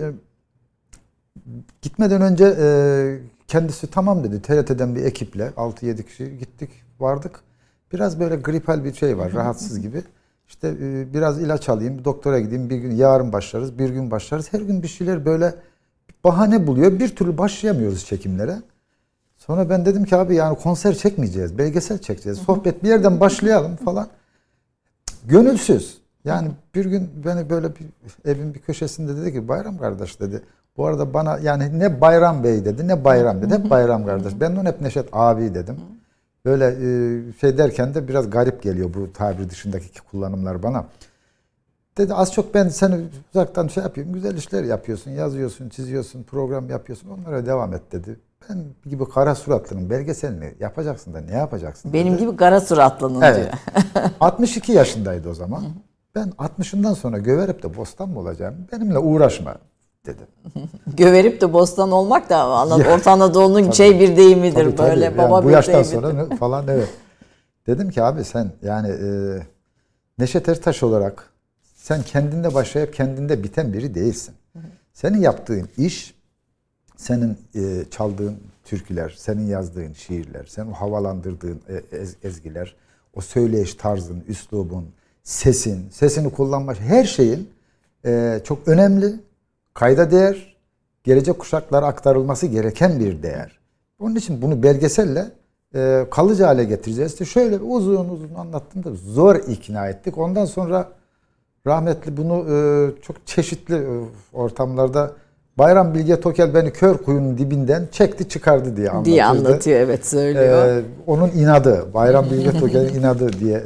gitmeden önce kendisi tamam dedi. TRT'den bir ekiple 6-7 kişi gittik, vardık. Biraz böyle gripal bir şey var, rahatsız gibi. İşte biraz ilaç alayım, doktora gideyim, bir gün yarın başlarız, bir gün başlarız. Her gün bir şeyler böyle bahane buluyor. Bir türlü başlayamıyoruz çekimlere. Sonra ben dedim ki abi yani konser çekmeyeceğiz, belgesel çekeceğiz. Sohbet bir yerden başlayalım falan. Gönülsüz. Yani bir gün beni böyle bir evin bir köşesinde dedi ki Bayram kardeş dedi. Bu arada bana yani ne Bayram Bey dedi ne Bayram dedi. Hep Bayram kardeş. Ben de hep Neşet abi dedim. Böyle şey derken de biraz garip geliyor bu tabir dışındaki kullanımlar bana. Dedi az çok ben seni uzaktan şey yapıyorum. Güzel işler yapıyorsun, yazıyorsun, çiziyorsun, program yapıyorsun. Onlara devam et dedi. Ben gibi kara suratlının belgeselini yapacaksın da ne yapacaksın dedi. Benim gibi kara suratlının evet. diyor. 62 yaşındaydı o zaman. Ben 60'ından sonra göverip de bostan mı olacağım? Benimle uğraşma dedim. Göverip de bostan olmak da Orta Anadolu'nun bir deyimidir. Tabii. Böyle Yani baba bu bir yaştan deyimidir. sonra falan evet. Dedim ki abi sen yani Neşet Ertaş olarak sen kendinde başlayıp kendinde biten biri değilsin. Senin yaptığın iş, senin çaldığın türküler, senin yazdığın şiirler, senin havalandırdığın ezgiler, o söyleyiş tarzın, üslubun, sesini kullanmak, her şeyin çok önemli, kayda değer, gelecek kuşaklara aktarılması gereken bir değer. Onun için bunu belgeselle kalıcı hale getireceğiz. İşte şöyle uzun anlattım da zor ikna ettik. Ondan sonra rahmetli bunu çok çeşitli ortamlarda Bayram Bilge Tokel beni kör kuyunun dibinden çekti çıkardı diye anlatıyor, evet söylüyor. Onun inadı, Bayram Bilge Tokel'in inadı diye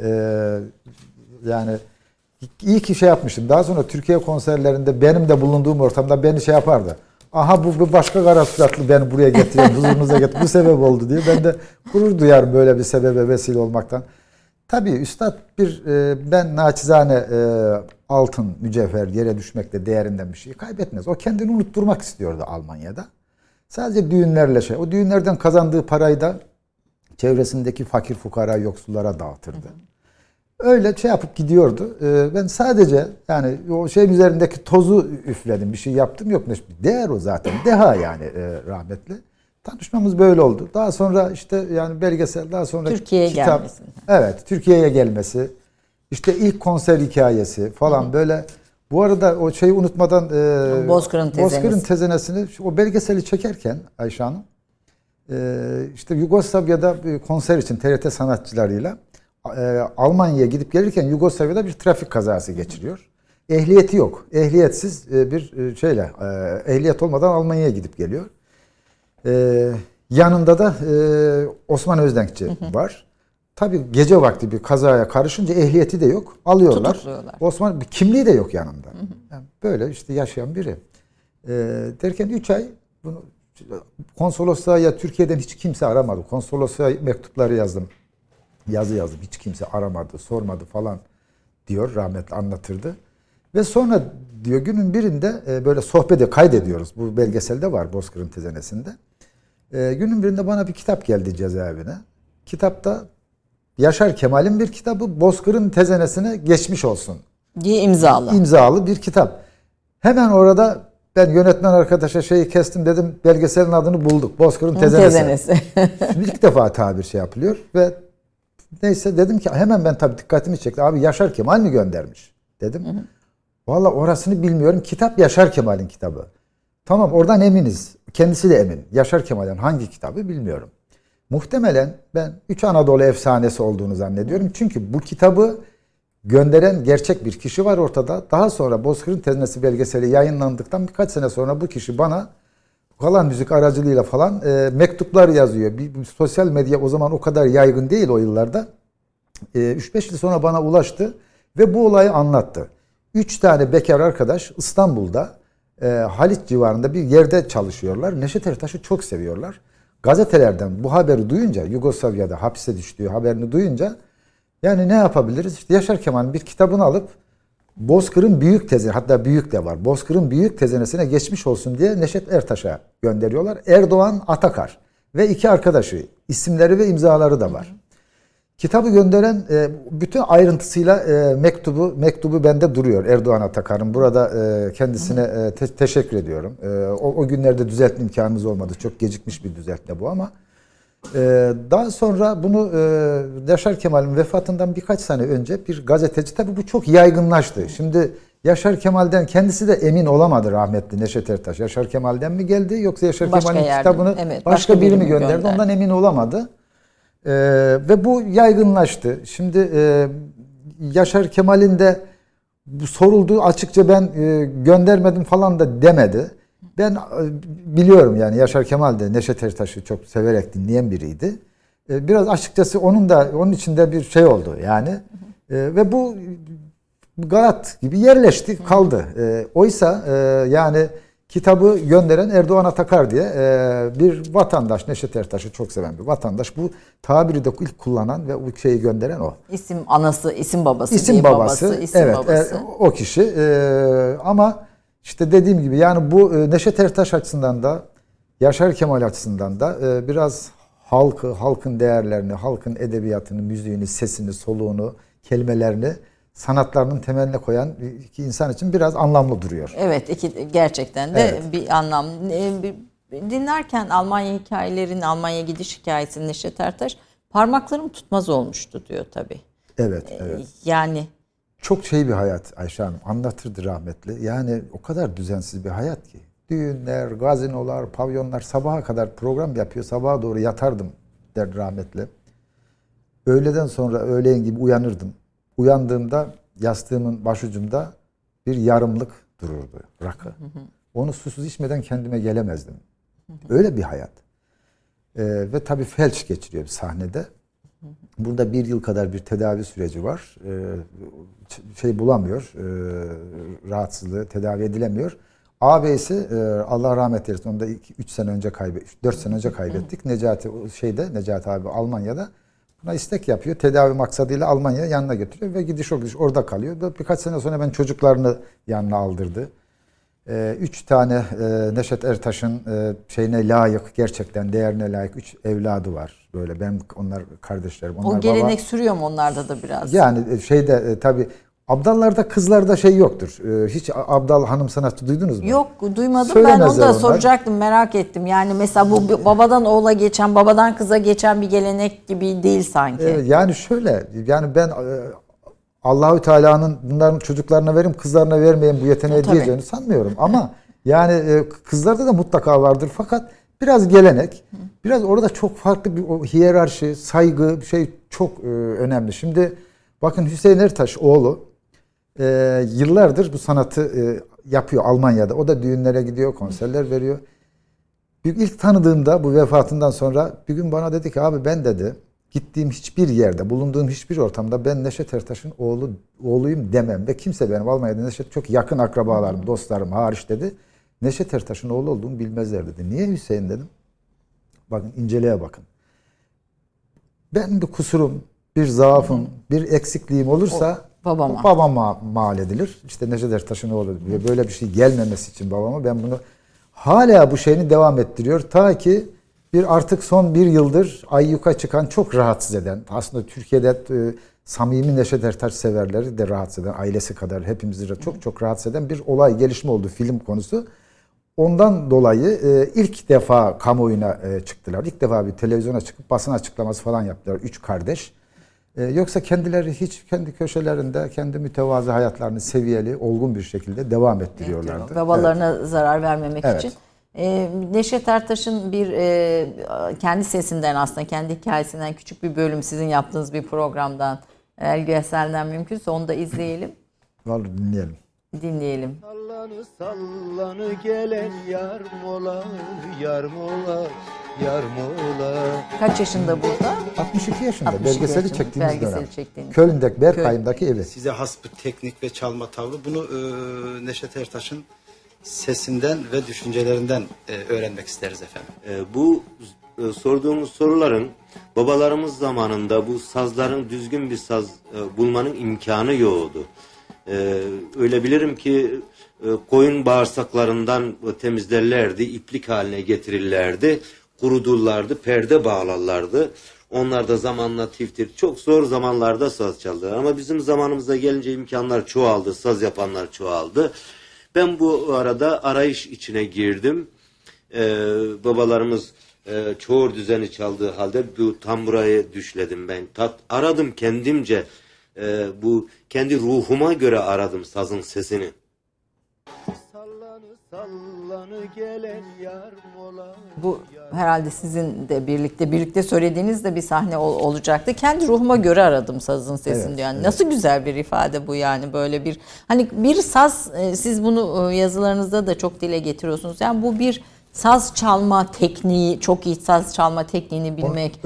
yani iyi ki şey yapmıştım. Daha sonra Türkiye konserlerinde benim de bulunduğum ortamda beni şey yapardı. Aha bu başka kara suratlı beni buraya getiren, huzurunuza getir. Bu sebep oldu diye. Ben de gurur duyarım böyle bir sebebe vesile olmaktan. Tabii üstad ben naçizane altın, mücevher yere düşmekle değerinden bir şey kaybetmez. O kendini unutturmak istiyordu Almanya'da. Sadece düğünlerle şey. O düğünlerden kazandığı parayı da çevresindeki fakir fukara yoksullara dağıtırdı. Öyle şey yapıp gidiyordu. Ben sadece yani o şeyin üzerindeki tozu üfledim. Bir şey yaptım yok. Değer o zaten. Deha yani rahmetli. Tanışmamız böyle oldu. Daha sonra işte yani belgesel, daha sonra Türkiye'ye gelmesi. Evet, Türkiye'ye gelmesi. İşte ilk konser hikayesi falan böyle. Bu arada o şeyi unutmadan Bozkır'ın tezenesini o belgeseli çekerken Ayşe Hanım işte Yugoslavya'da konser için TRT sanatçılarıyla Almanya'ya gidip gelirken Yugoslavya'da bir trafik kazası geçiriyor. Ehliyeti yok. Ehliyetsiz bir şeyle ehliyet olmadan Almanya'ya gidip geliyor. Yanında da Osman Özdenkçi var. Tabii gece vakti bir kazaya karışınca ehliyeti de yok. Alıyorlar. Tutukluyorlar. Osman kimliği de yok yanında. Yani böyle işte yaşayan biri. Derken 3 ay bunu konsolosluğa ya Türkiye'den hiç kimse aramadı. Konsolosluğa mektupları yazdım. Yazı yazdım. Hiç kimse aramadı, sormadı falan diyor. Rahmetli anlatırdı. Ve sonra diyor günün birinde böyle sohbeti kaydediyoruz. Bu belgeselde var Bozkır'ın tezenesinde. Günün birinde bana bir kitap geldi cezaevine. Kitapta Yaşar Kemal'in bir kitabı Bozkır'ın tezenesine geçmiş olsun diye imzalı bir kitap. Hemen orada ben yönetmen arkadaşa şeyi kestim dedim belgeselin adını bulduk. Bozkır'ın tezenesi. Şimdi ilk defa tabir şey yapılıyor ve neyse dedim ki hemen ben tabii dikkatimi çekti. Abi Yaşar Kemal mi göndermiş dedim. Vallahi orasını bilmiyorum. Kitap Yaşar Kemal'in kitabı. Tamam oradan eminiz. Kendisi de emin. Yaşar Kemal'in hangi kitabı bilmiyorum. Muhtemelen ben 3 Anadolu efsanesi olduğunu zannediyorum. Çünkü bu kitabı gönderen gerçek bir kişi var ortada. Daha sonra Bozkır'ın tezenesi belgeseli yayınlandıktan birkaç sene sonra bu kişi bana kalan müzik aracılığıyla falan mektuplar yazıyor. Bir sosyal medya o zaman o kadar yaygın değil o yıllarda. 3-5 yıl sonra bana ulaştı ve bu olayı anlattı. 3 tane bekar arkadaş İstanbul'da Haliç civarında bir yerde çalışıyorlar. Neşet Ertaş'ı çok seviyorlar. Gazetelerden bu haberi duyunca, Yugoslavya'da hapse düştüğü haberini duyunca yani ne yapabiliriz? İşte Yaşar Kemal'in bir kitabını alıp Bozkır'ın büyük tezene, hatta büyük de var. Bozkır'ın büyük tezenesine geçmiş olsun diye Neşet Ertaş'a gönderiyorlar. Erdoğan Atakar ve 2 arkadaşı, isimleri ve imzaları da var. Kitabı gönderen bütün ayrıntısıyla mektubu bende duruyor Erdoğan Atakar'ın. Burada kendisine teşekkür ediyorum. O günlerde düzeltme imkanımız olmadı. Çok gecikmiş bir düzeltme bu ama daha sonra bunu Yaşar Kemal'in vefatından birkaç sene önce bir gazeteci, tabii bu çok yaygınlaştı. Şimdi Yaşar Kemal'den kendisi de emin olamadı rahmetli Neşet Ertaş. Yaşar Kemal'den mi geldi yoksa Yaşar Kemal'in kitabını başka biri mi gönderdi? Ondan emin olamadı. Ve bu yaygınlaştı. Şimdi Yaşar Kemal'in de bu sorulduğu açıkça ben göndermedim falan da demedi. Ben biliyorum yani Yaşar Kemal de Neşet Ertaş'ı çok severek dinleyen biriydi. Biraz açıkçası onun içinde bir şey oldu yani. Ve bu Galat gibi yerleşti, kaldı. Oysa yani kitabı gönderen Erdoğan Atakar diye bir vatandaş, Neşet Ertaş'ı çok seven bir vatandaş. Bu tabiri de ilk kullanan ve bu şeyi gönderen o. İsim anası, isim babası. İsim babası, evet, o kişi. Ama işte dediğim gibi yani bu Neşet Ertaş açısından da Yaşar Kemal açısından da biraz halkın değerlerini, halkın edebiyatını, müziğini, sesini, soluğunu, kelimelerini sanatlarının temeline koyan iki insan için biraz anlamlı duruyor. Evet, gerçekten de bir anlam. Dinlerken Almanya hikayelerini, Almanya gidiş hikayesini Neşet Ertaş parmaklarım tutmaz olmuştu diyor tabii. Evet. Yani çok bir hayat Ayşe Hanım anlatırdı rahmetli. Yani o kadar düzensiz bir hayat ki. Düğünler, gazinolar, pavyonlar, sabaha kadar program yapıyor. Sabaha doğru yatardım der rahmetli. Öğleden sonra öğleyin gibi uyanırdım. Uyandığımda yastığımın başucumda bir yarımlık dururdu, rakı. Onu susuz içmeden kendime gelemezdim. Öyle bir hayat. Ve tabii felç geçiriyor sahnede. Burada 1 yıl kadar bir tedavi süreci var. Bulamıyor, rahatsızlığı tedavi edilemiyor. Ağabeyisi Allah rahmet eylesin, onu da 3 sene önce 4 sene önce kaybettik. Necati abi Almanya'da. Buna istek yapıyor. Tedavi maksadıyla Almanya'ya yanına götürüyor ve gidiş orada kalıyor. Birkaç sene sonra ben çocuklarını yanına aldırdı. 3 tane Neşet Ertaş'ın şeyine layık, gerçekten değerine layık 3 evladı var. Böyle ben onlar kardeşlerim. Onlar o gelenek sürüyor mu onlarda da biraz? Yani şeyde tabii abdallarda kızlarda şey yoktur. Hiç abdal hanım sanatçı duydunuz mu? Yok, duymadım. Söylemezler Ben onu da onlar. soracaktım, merak ettim. Yani mesela bu babadan oğula geçen, babadan kıza geçen bir gelenek gibi değil sanki. Evet, yani şöyle, yani ben Allahü Teala'nın bunların çocuklarına verim, kızlarına vermeyin bu yeteneği Tabii. diyeceğini sanmıyorum. Ama yani kızlarda da mutlaka vardır. Fakat biraz gelenek, biraz orada çok farklı bir o hiyerarşi, saygı bir şey çok önemli. Şimdi bakın Hüseyin Ertaş oğlu yıllardır bu sanatı yapıyor Almanya'da. O da düğünlere gidiyor, konserler veriyor. İlk tanıdığımda bu vefatından sonra bir gün bana dedi ki abi ben dedi gittiğim hiçbir yerde, bulunduğum hiçbir ortamda ben Neşet Ertaş'ın oğluyum demem. Ve kimse benim Almanya'da Neşet çok yakın akrabalarım, dostlarım hariç dedi. Neşet Ertaş'ın oğlu olduğumu bilmezler dedi. Niye Hüseyin dedim. Bakın inceleye bakın. Ben bir kusurum, bir zaafım, bir eksikliğim olursa babama mal edilir. İşte Neşet Ertaş'ın oğlu. Böyle bir şey gelmemesi için babama ben bunu hala bu şeyini devam ettiriyor. Ta ki artık son bir yıldır ayyuka çıkan çok rahatsız eden, aslında Türkiye'de samimi Neşet Ertaş severleri de rahatsız eden, ailesi kadar hepimizi çok çok rahatsız eden bir olay, gelişme oldu film konusu. Ondan dolayı ilk defa kamuoyuna çıktılar. İlk defa bir televizyona çıkıp basın açıklaması falan yaptılar. 3 kardeş. Yoksa kendileri hiç kendi köşelerinde kendi mütevazı hayatlarını seviyeli, olgun bir şekilde devam ettiriyorlardı. Babalarına zarar vermemek Evet. için. Neşet Ertaş'ın bir kendi sesinden, aslında kendi hikayesinden küçük bir bölüm, sizin yaptığınız bir programdan, eğer Gülsel'den mümkünse onu da izleyelim. Vallahi dinleyelim. Dinleyelim. Sallanı sallanı gelen yar mola, yar mola, yar mola. Kaç yaşında burada? 62 yaşında. 62 belgeseli yaşında, çektiğimiz belgeseli dönem. çektiğiniz. Köln'deki Berkay'ımdaki evi. Size has bir teknik ve çalma tavrı. Bunu Neşet Ertaş'ın sesinden ve düşüncelerinden öğrenmek isteriz efendim. Bu sorduğumuz soruların babalarımız zamanında bu sazların düzgün bir saz bulmanın imkanı yoktu. Öyle bilirim ki koyun bağırsaklarından temizlerlerdi, iplik haline getirirlerdi, kurudurlardı, perde bağlarlardı. Onlar da zamanla tiftir. Çok zor zamanlarda saz çaldılar. Ama bizim zamanımıza gelince imkanlar çoğaldı, saz yapanlar çoğaldı. Ben bu arada arayış içine girdim. Babalarımız çoğur düzeni çaldığı halde bu tamburayı düşledim ben. Aradım kendimce. Bu kendi ruhuma göre aradım sazın sesini. Sallanı sallanı gelen yar mola. Bu herhalde sizin de birlikte söylediğiniz de bir sahne olacaktı. Kendi ruhuma göre aradım sazın sesini diyor. Yani nasıl güzel bir ifade bu, yani böyle bir, hani bir saz, siz bunu yazılarınızda da çok dile getiriyorsunuz. Yani bu bir saz çalma tekniği, çok iyi saz çalma tekniğini bilmek,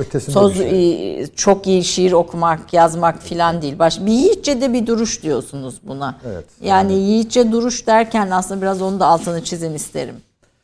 çok iyi şiir okumak, yazmak filan değil. Bir yiğitçe de bir duruş diyorsunuz buna. Evet. Yani yiğitçe duruş derken aslında biraz onu da altını çizin isterim.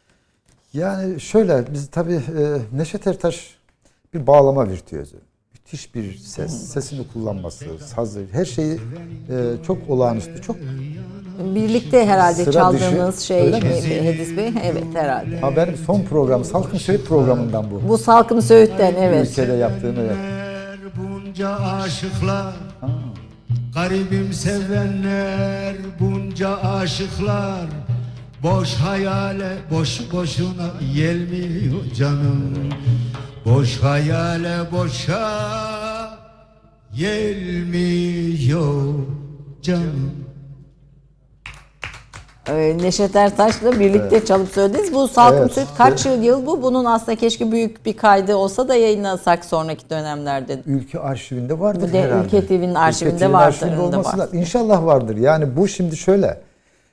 Yani şöyle, biz tabii Neşet Ertaş bir bağlama virtüözü. Müthiş bir ses, sesini kullanması, sazı, her şeyi çok olağanüstü, çok Birlikte herhalde sıra çaldığınız dışı, şey öyle mi? Hediz Bey, evet herhalde. Ha, benim son programım Salkım Söğüt programından bu. Bu Salkım Söğüt'ten, evet. Ülkede yaptığım, evet. Bunca aşıklar, garibim sevenler, bunca aşıklar, boş hayale, boşuna gelmiyor canım. Boş hayale boşa gelmiyor canım. Neşet Ertaş'la birlikte çalıp söylediniz. Bu Salkım Evet. Söğüt kaç yıl bu? Bunun aslında keşke büyük bir kaydı olsa da yayınlasak sonraki dönemlerde. Ülke arşivinde vardır Bu de herhalde. Ülke TV'nin arşivinde Ülke TV'nin vardır. arşivinde olması da İnşallah vardır. Yani bu şimdi şöyle.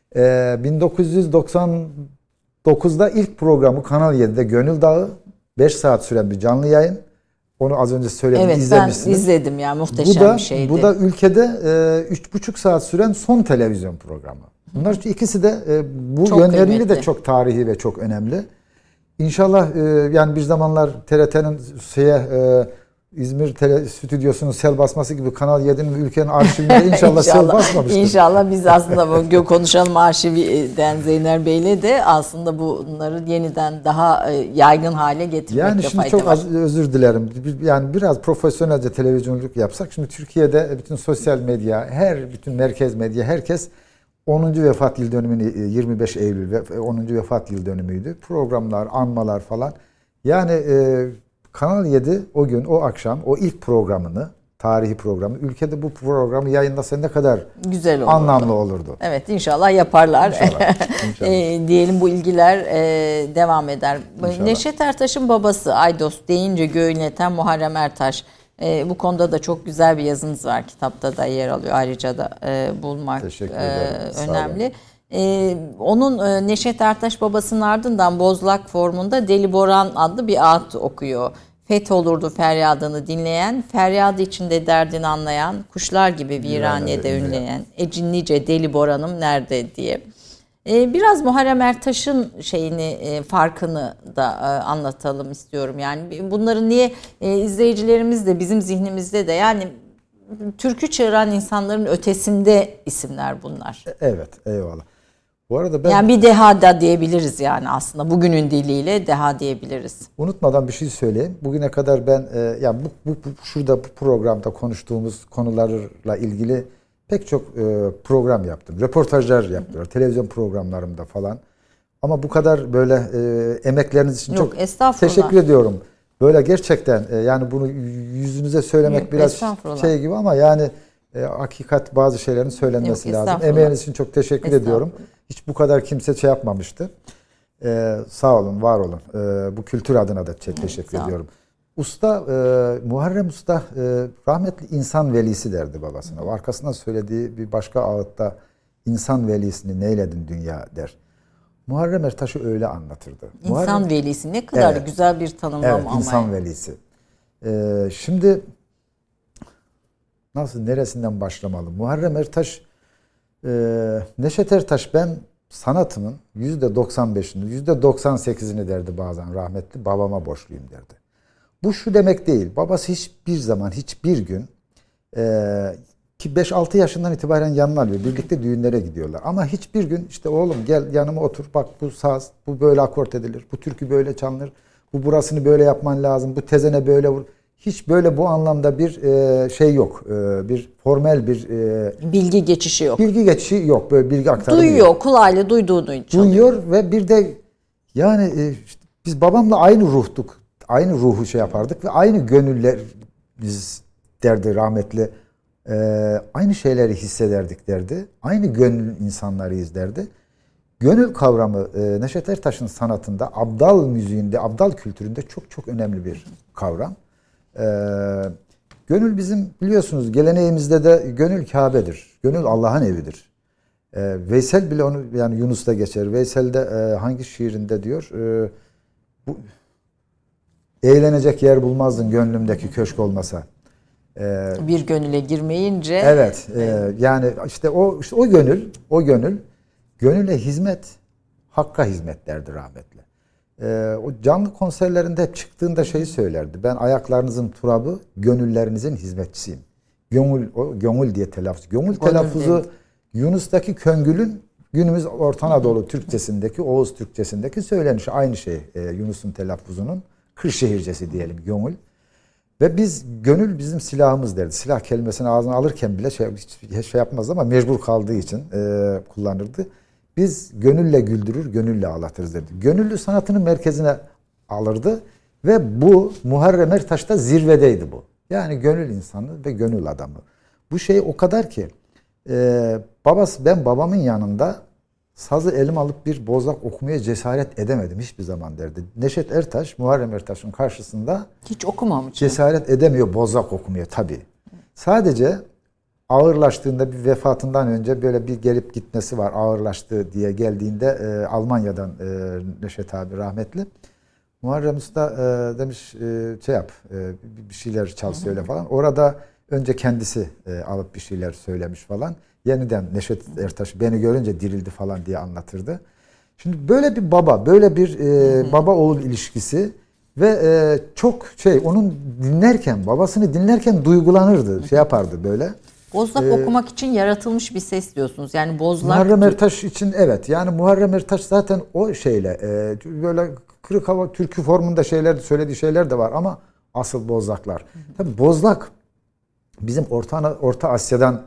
1999'da ilk programı Kanal 7'de Gönül Dağı 5 saat süren bir canlı yayın. Onu az önce söyledim, Evet, izlemişsiniz. ben izledim ya, muhteşem bir şeydi. Bu da ülkede 3,5 saat süren son televizyon programı. Bunlar ikisi de bu Çok yönleriyle kıymetli. de çok tarihi ve çok önemli. İnşallah yani bir zamanlar TRT'nin İzmir stüdyosunun sel basması gibi Kanal 7'nin ülkenin arşivinde inşallah sel basmamıştır. İnşallah biz aslında bu konuşalım arşivden Zeynel Bey'le de aslında bunları yeniden daha yaygın hale getirmekte yani şimdi fayda çok var. özür dilerim. Yani biraz profesyonelce televizyonculuk yapsak. Şimdi Türkiye'de bütün sosyal medya, bütün merkez medya, herkes 10. vefat yıl dönümünü 25 Eylül ve 10. vefat yıl dönümüydü. Programlar, anmalar falan. Yani Kanal 7 o gün, o akşam, o ilk programını, tarihi programı, ülkede bu programı yayınlasa ne kadar güzel olurdu. Anlamlı olurdu. Evet, inşallah yaparlar. İnşallah. Diyelim bu ilgiler devam eder. İnşallah. Neşet Ertaş'ın babası Aydos deyince göğü inleten Muharrem Ertaş. Bu konuda da çok güzel bir yazınız var. Kitapta da yer alıyor. Ayrıca da bulmak önemli. Onun Neşet Ertaş babasının ardından Bozlak formunda Deli Boran adlı bir ağıt okuyor. Feth olurdu feryadını dinleyen, feryadı içinde derdini anlayan, kuşlar gibi viranede ünleyen, ecinlice Deli Boran'ım nerede diye. Biraz Muharrem Ertaş'ın farkını da anlatalım istiyorum. Yani bunların niye izleyicilerimiz de bizim zihnimizde de yani türkü çığıran insanların ötesinde isimler bunlar. Evet, eyvallah. Bu arada ben yani bir deha da diyebiliriz yani aslında bugünün diliyle deha diyebiliriz. Unutmadan bir şey söyleyeyim. Bugüne kadar ben yani şurada bu programda konuştuğumuz konularla ilgili pek çok program yaptım. Röportajlar yaptım. Televizyon programlarımda falan. Ama bu kadar böyle emekleriniz için çok teşekkür ediyorum. Böyle gerçekten yani bunu yüzünüze söylemek biraz şey gibi ama yani hakikat bazı şeylerin söylenmesi lazım. Emeğiniz için çok teşekkür ediyorum. Hiç bu kadar kimse şey yapmamıştı. Sağ olun, var olun. Bu kültür adına da teşekkür ediyorum. Usta, Muharrem Usta rahmetli insan velisi derdi babasına. O arkasından söylediği bir başka ağıtta insan velisini neyledin dünya der. Muharrem Ertaş'ı öyle anlatırdı. İnsan velisi ne kadar güzel bir tanımlama ama. İnsan velisi. Şimdi neresinden başlamalı? Muharrem Ertaş, Neşet Ertaş ben sanatımın %95'ini, %98'ini derdi bazen rahmetli, babama borçluyum derdi. Bu şu demek değil. Babası hiçbir zaman, hiçbir gün ki 5-6 yaşından itibaren yanına alıyor. Birlikte düğünlere gidiyorlar. Ama hiçbir gün işte oğlum gel yanıma otur. Bak bu saz, bu böyle akort edilir. Bu türkü böyle çalınır. Bu burasını böyle yapman lazım. Bu tezene böyle vur. Hiç böyle bu anlamda bir şey yok. Bir formel bir bilgi geçişi yok. Bilgi geçişi yok. Böyle bilgi aktarımı duyuyor, yok. Kulağıyla duyduğunu çalıyor. Duyuyor ve bir de yani işte biz babamla aynı ruhduk. Aynı ruhu şey yapardık ve aynı gönüller biz derdi rahmetli. Aynı şeyleri hissederdik derdi. Aynı gönül insanlarıyız derdi. Gönül kavramı Neşet Ertaş'ın sanatında, abdal müziğinde, abdal kültüründe çok çok önemli bir kavram. Gönül bizim biliyorsunuz geleneğimizde de gönül Kabe'dir. Gönül Allah'ın evidir. Veysel bile onu yani Yunus'ta geçer. Veysel'de hangi şiirinde diyor? Bu eğlenecek yer bulmazdın gönlümdeki köşk olmasa. Bir gönüle girmeyince. Evet. Yani işte o gönül gönüle hizmet, hakka hizmet derdi rahmetli. O canlı konserlerinde hep çıktığında şeyi söylerdi. Ben ayaklarınızın turabı, gönüllerinizin hizmetçisiyim. Gönül diye telaffuz. Gönül telaffuzu Yunus'taki köngülün günümüz Orta Anadolu Türkçesindeki, Oğuz Türkçesindeki söylenişi aynı şey. Yunus'un telaffuzunun Kırşehircesi diyelim gönül. Ve biz gönül bizim silahımız derdi. Silah kelimesini ağzına alırken bile şey yapmaz ama mecbur kaldığı için kullanırdı. Biz gönülle güldürür, gönülle ağlatırız derdi. Gönüllü sanatının merkezine alırdı ve bu Muharrem Ertaş'ta zirvedeydi bu. Yani gönül insanı ve gönül adamı. Bu şey o kadar ki ben babamın yanında sazı elim alıp bir bozlak okumaya cesaret edemedim hiçbir zaman derdi. Neşet Ertaş, Muharrem Ertaş'ın karşısında hiç okumamış. Cesaret edemiyor bozlak okumaya tabii. Sadece ağırlaştığında bir vefatından önce böyle bir gelip gitmesi var. Ağırlaştı diye geldiğinde Almanya'dan Neşet abi rahmetli. Muharrem Usta demiş şey yap bir şeyler çal söyle falan. Orada önce kendisi alıp bir şeyler söylemiş falan. Yeniden Neşet Ertaş beni görünce dirildi falan diye anlatırdı. Şimdi böyle bir baba, böyle bir baba oğul ilişkisi Ve çok onun dinlerken, babasını dinlerken duygulanırdı, şey yapardı böyle. Bozlak okumak için yaratılmış bir ses diyorsunuz. Yani Bozlak... Muharrem Ertaş için evet. Yani Muharrem Ertaş zaten o şeyle böyle kırık hava türkü formunda söylediği şeyler de var ama asıl Bozlaklar. Tabii Bozlak bizim Orta Asya'dan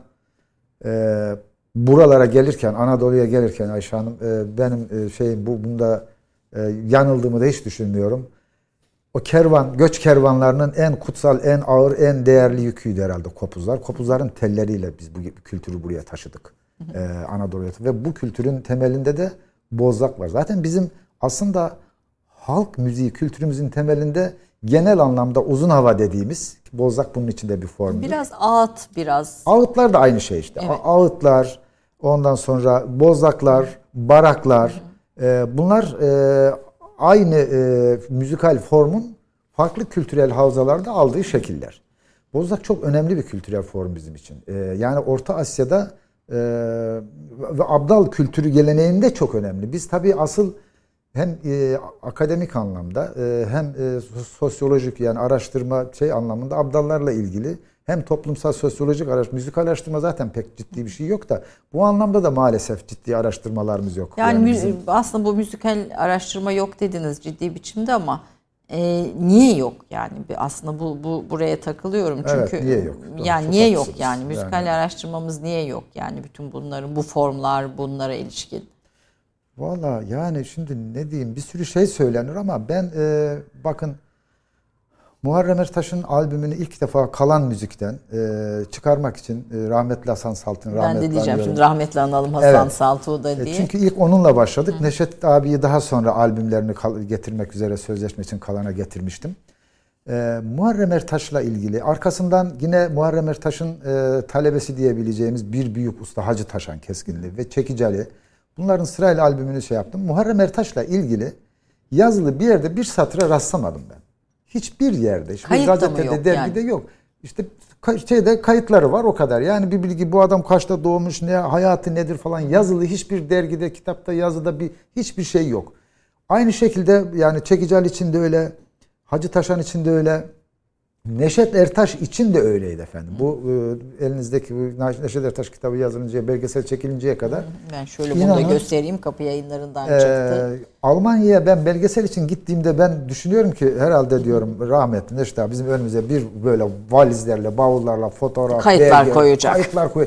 buralara gelirken, Anadolu'ya gelirken Ayşe Hanım benim bunda yanıldığımı da hiç düşünmüyorum. O göç kervanlarının en kutsal, en ağır, en değerli yüküydü herhalde kopuzlar. Kopuzların telleriyle biz bu kültürü buraya taşıdık. Anadolu'ya. Ve bu kültürün temelinde de Bozlak var. Zaten bizim aslında halk müziği kültürümüzün temelinde genel anlamda uzun hava dediğimiz, Bozlak bunun içinde bir formdur. Biraz ağıt biraz. Ağıtlar da aynı şey işte. Evet. Ağıtlar, ondan sonra Bozlaklar, baraklar, bunlar aynı müzikal formun farklı kültürel havzalarda aldığı şekiller. Bozlak çok önemli bir kültürel form bizim için. Yani Orta Asya'da ve Abdal kültürü geleneğinde çok önemli. Biz tabii asıl hem akademik anlamda hem sosyolojik yani araştırma anlamında Abdallarla ilgili hem toplumsal sosyolojik müzikal araştırma zaten pek ciddi bir şey yok da bu anlamda da maalesef ciddi araştırmalarımız yok. Yani aslında bu müzikal araştırma yok dediniz ciddi biçimde ama niye yok yani aslında buraya takılıyorum çünkü evet, niye yok? Yani niye yok yani müzikal araştırmamız niye yok yani bütün bunların bu formlar bunlara ilişkin. Valla yani şimdi ne diyeyim bir sürü şey söylenir ama ben bakın Muharrem Ertaş'ın albümünü ilk defa kalan müzikten çıkarmak için rahmetli Hasan Saltı'nın ben de diyeceğim şimdi rahmetli analım Hasan Saltı'ı da diye. Çünkü ilk onunla başladık. Neşet abiyi daha sonra albümlerini getirmek üzere sözleşme için kalana getirmiştim. Muharrem Ertaş'la ilgili arkasından yine Muharrem Ertaş'ın talebesi diyebileceğimiz bir büyük usta Hacı Taşan Keskinli ve Çekici Ali. Bunların sırayla albümünü yaptım. Muharrem Ertaş'la ilgili yazılı bir yerde bir satıra rastlamadım ben. Hiçbir yerde. Hiçbir gazetede, dergide yok. İşte kayıtları var o kadar. Yani bir bilgi bu adam kaçta doğmuş, ne hayatı nedir falan yazılı hiçbir dergide, kitapta, yazıda hiçbir şey yok. Aynı şekilde yani Çekici Ali için de öyle, Hacı Taşan için de öyle, Neşet Ertaş için de öyleydi efendim. Bu elinizdeki Neşet Ertaş kitabı yazılıncaya, belgesel çekilinceye kadar. Ben şöyle bunu da göstereyim. Kapı Yayınları'ndan çıktı. Almanya'ya ben belgesel için gittiğimde ben düşünüyorum ki herhalde diyorum rahmetli Neşet abi bizim önümüze bir böyle valizlerle, bavullarla fotoğraf, kayıtlar koyacak.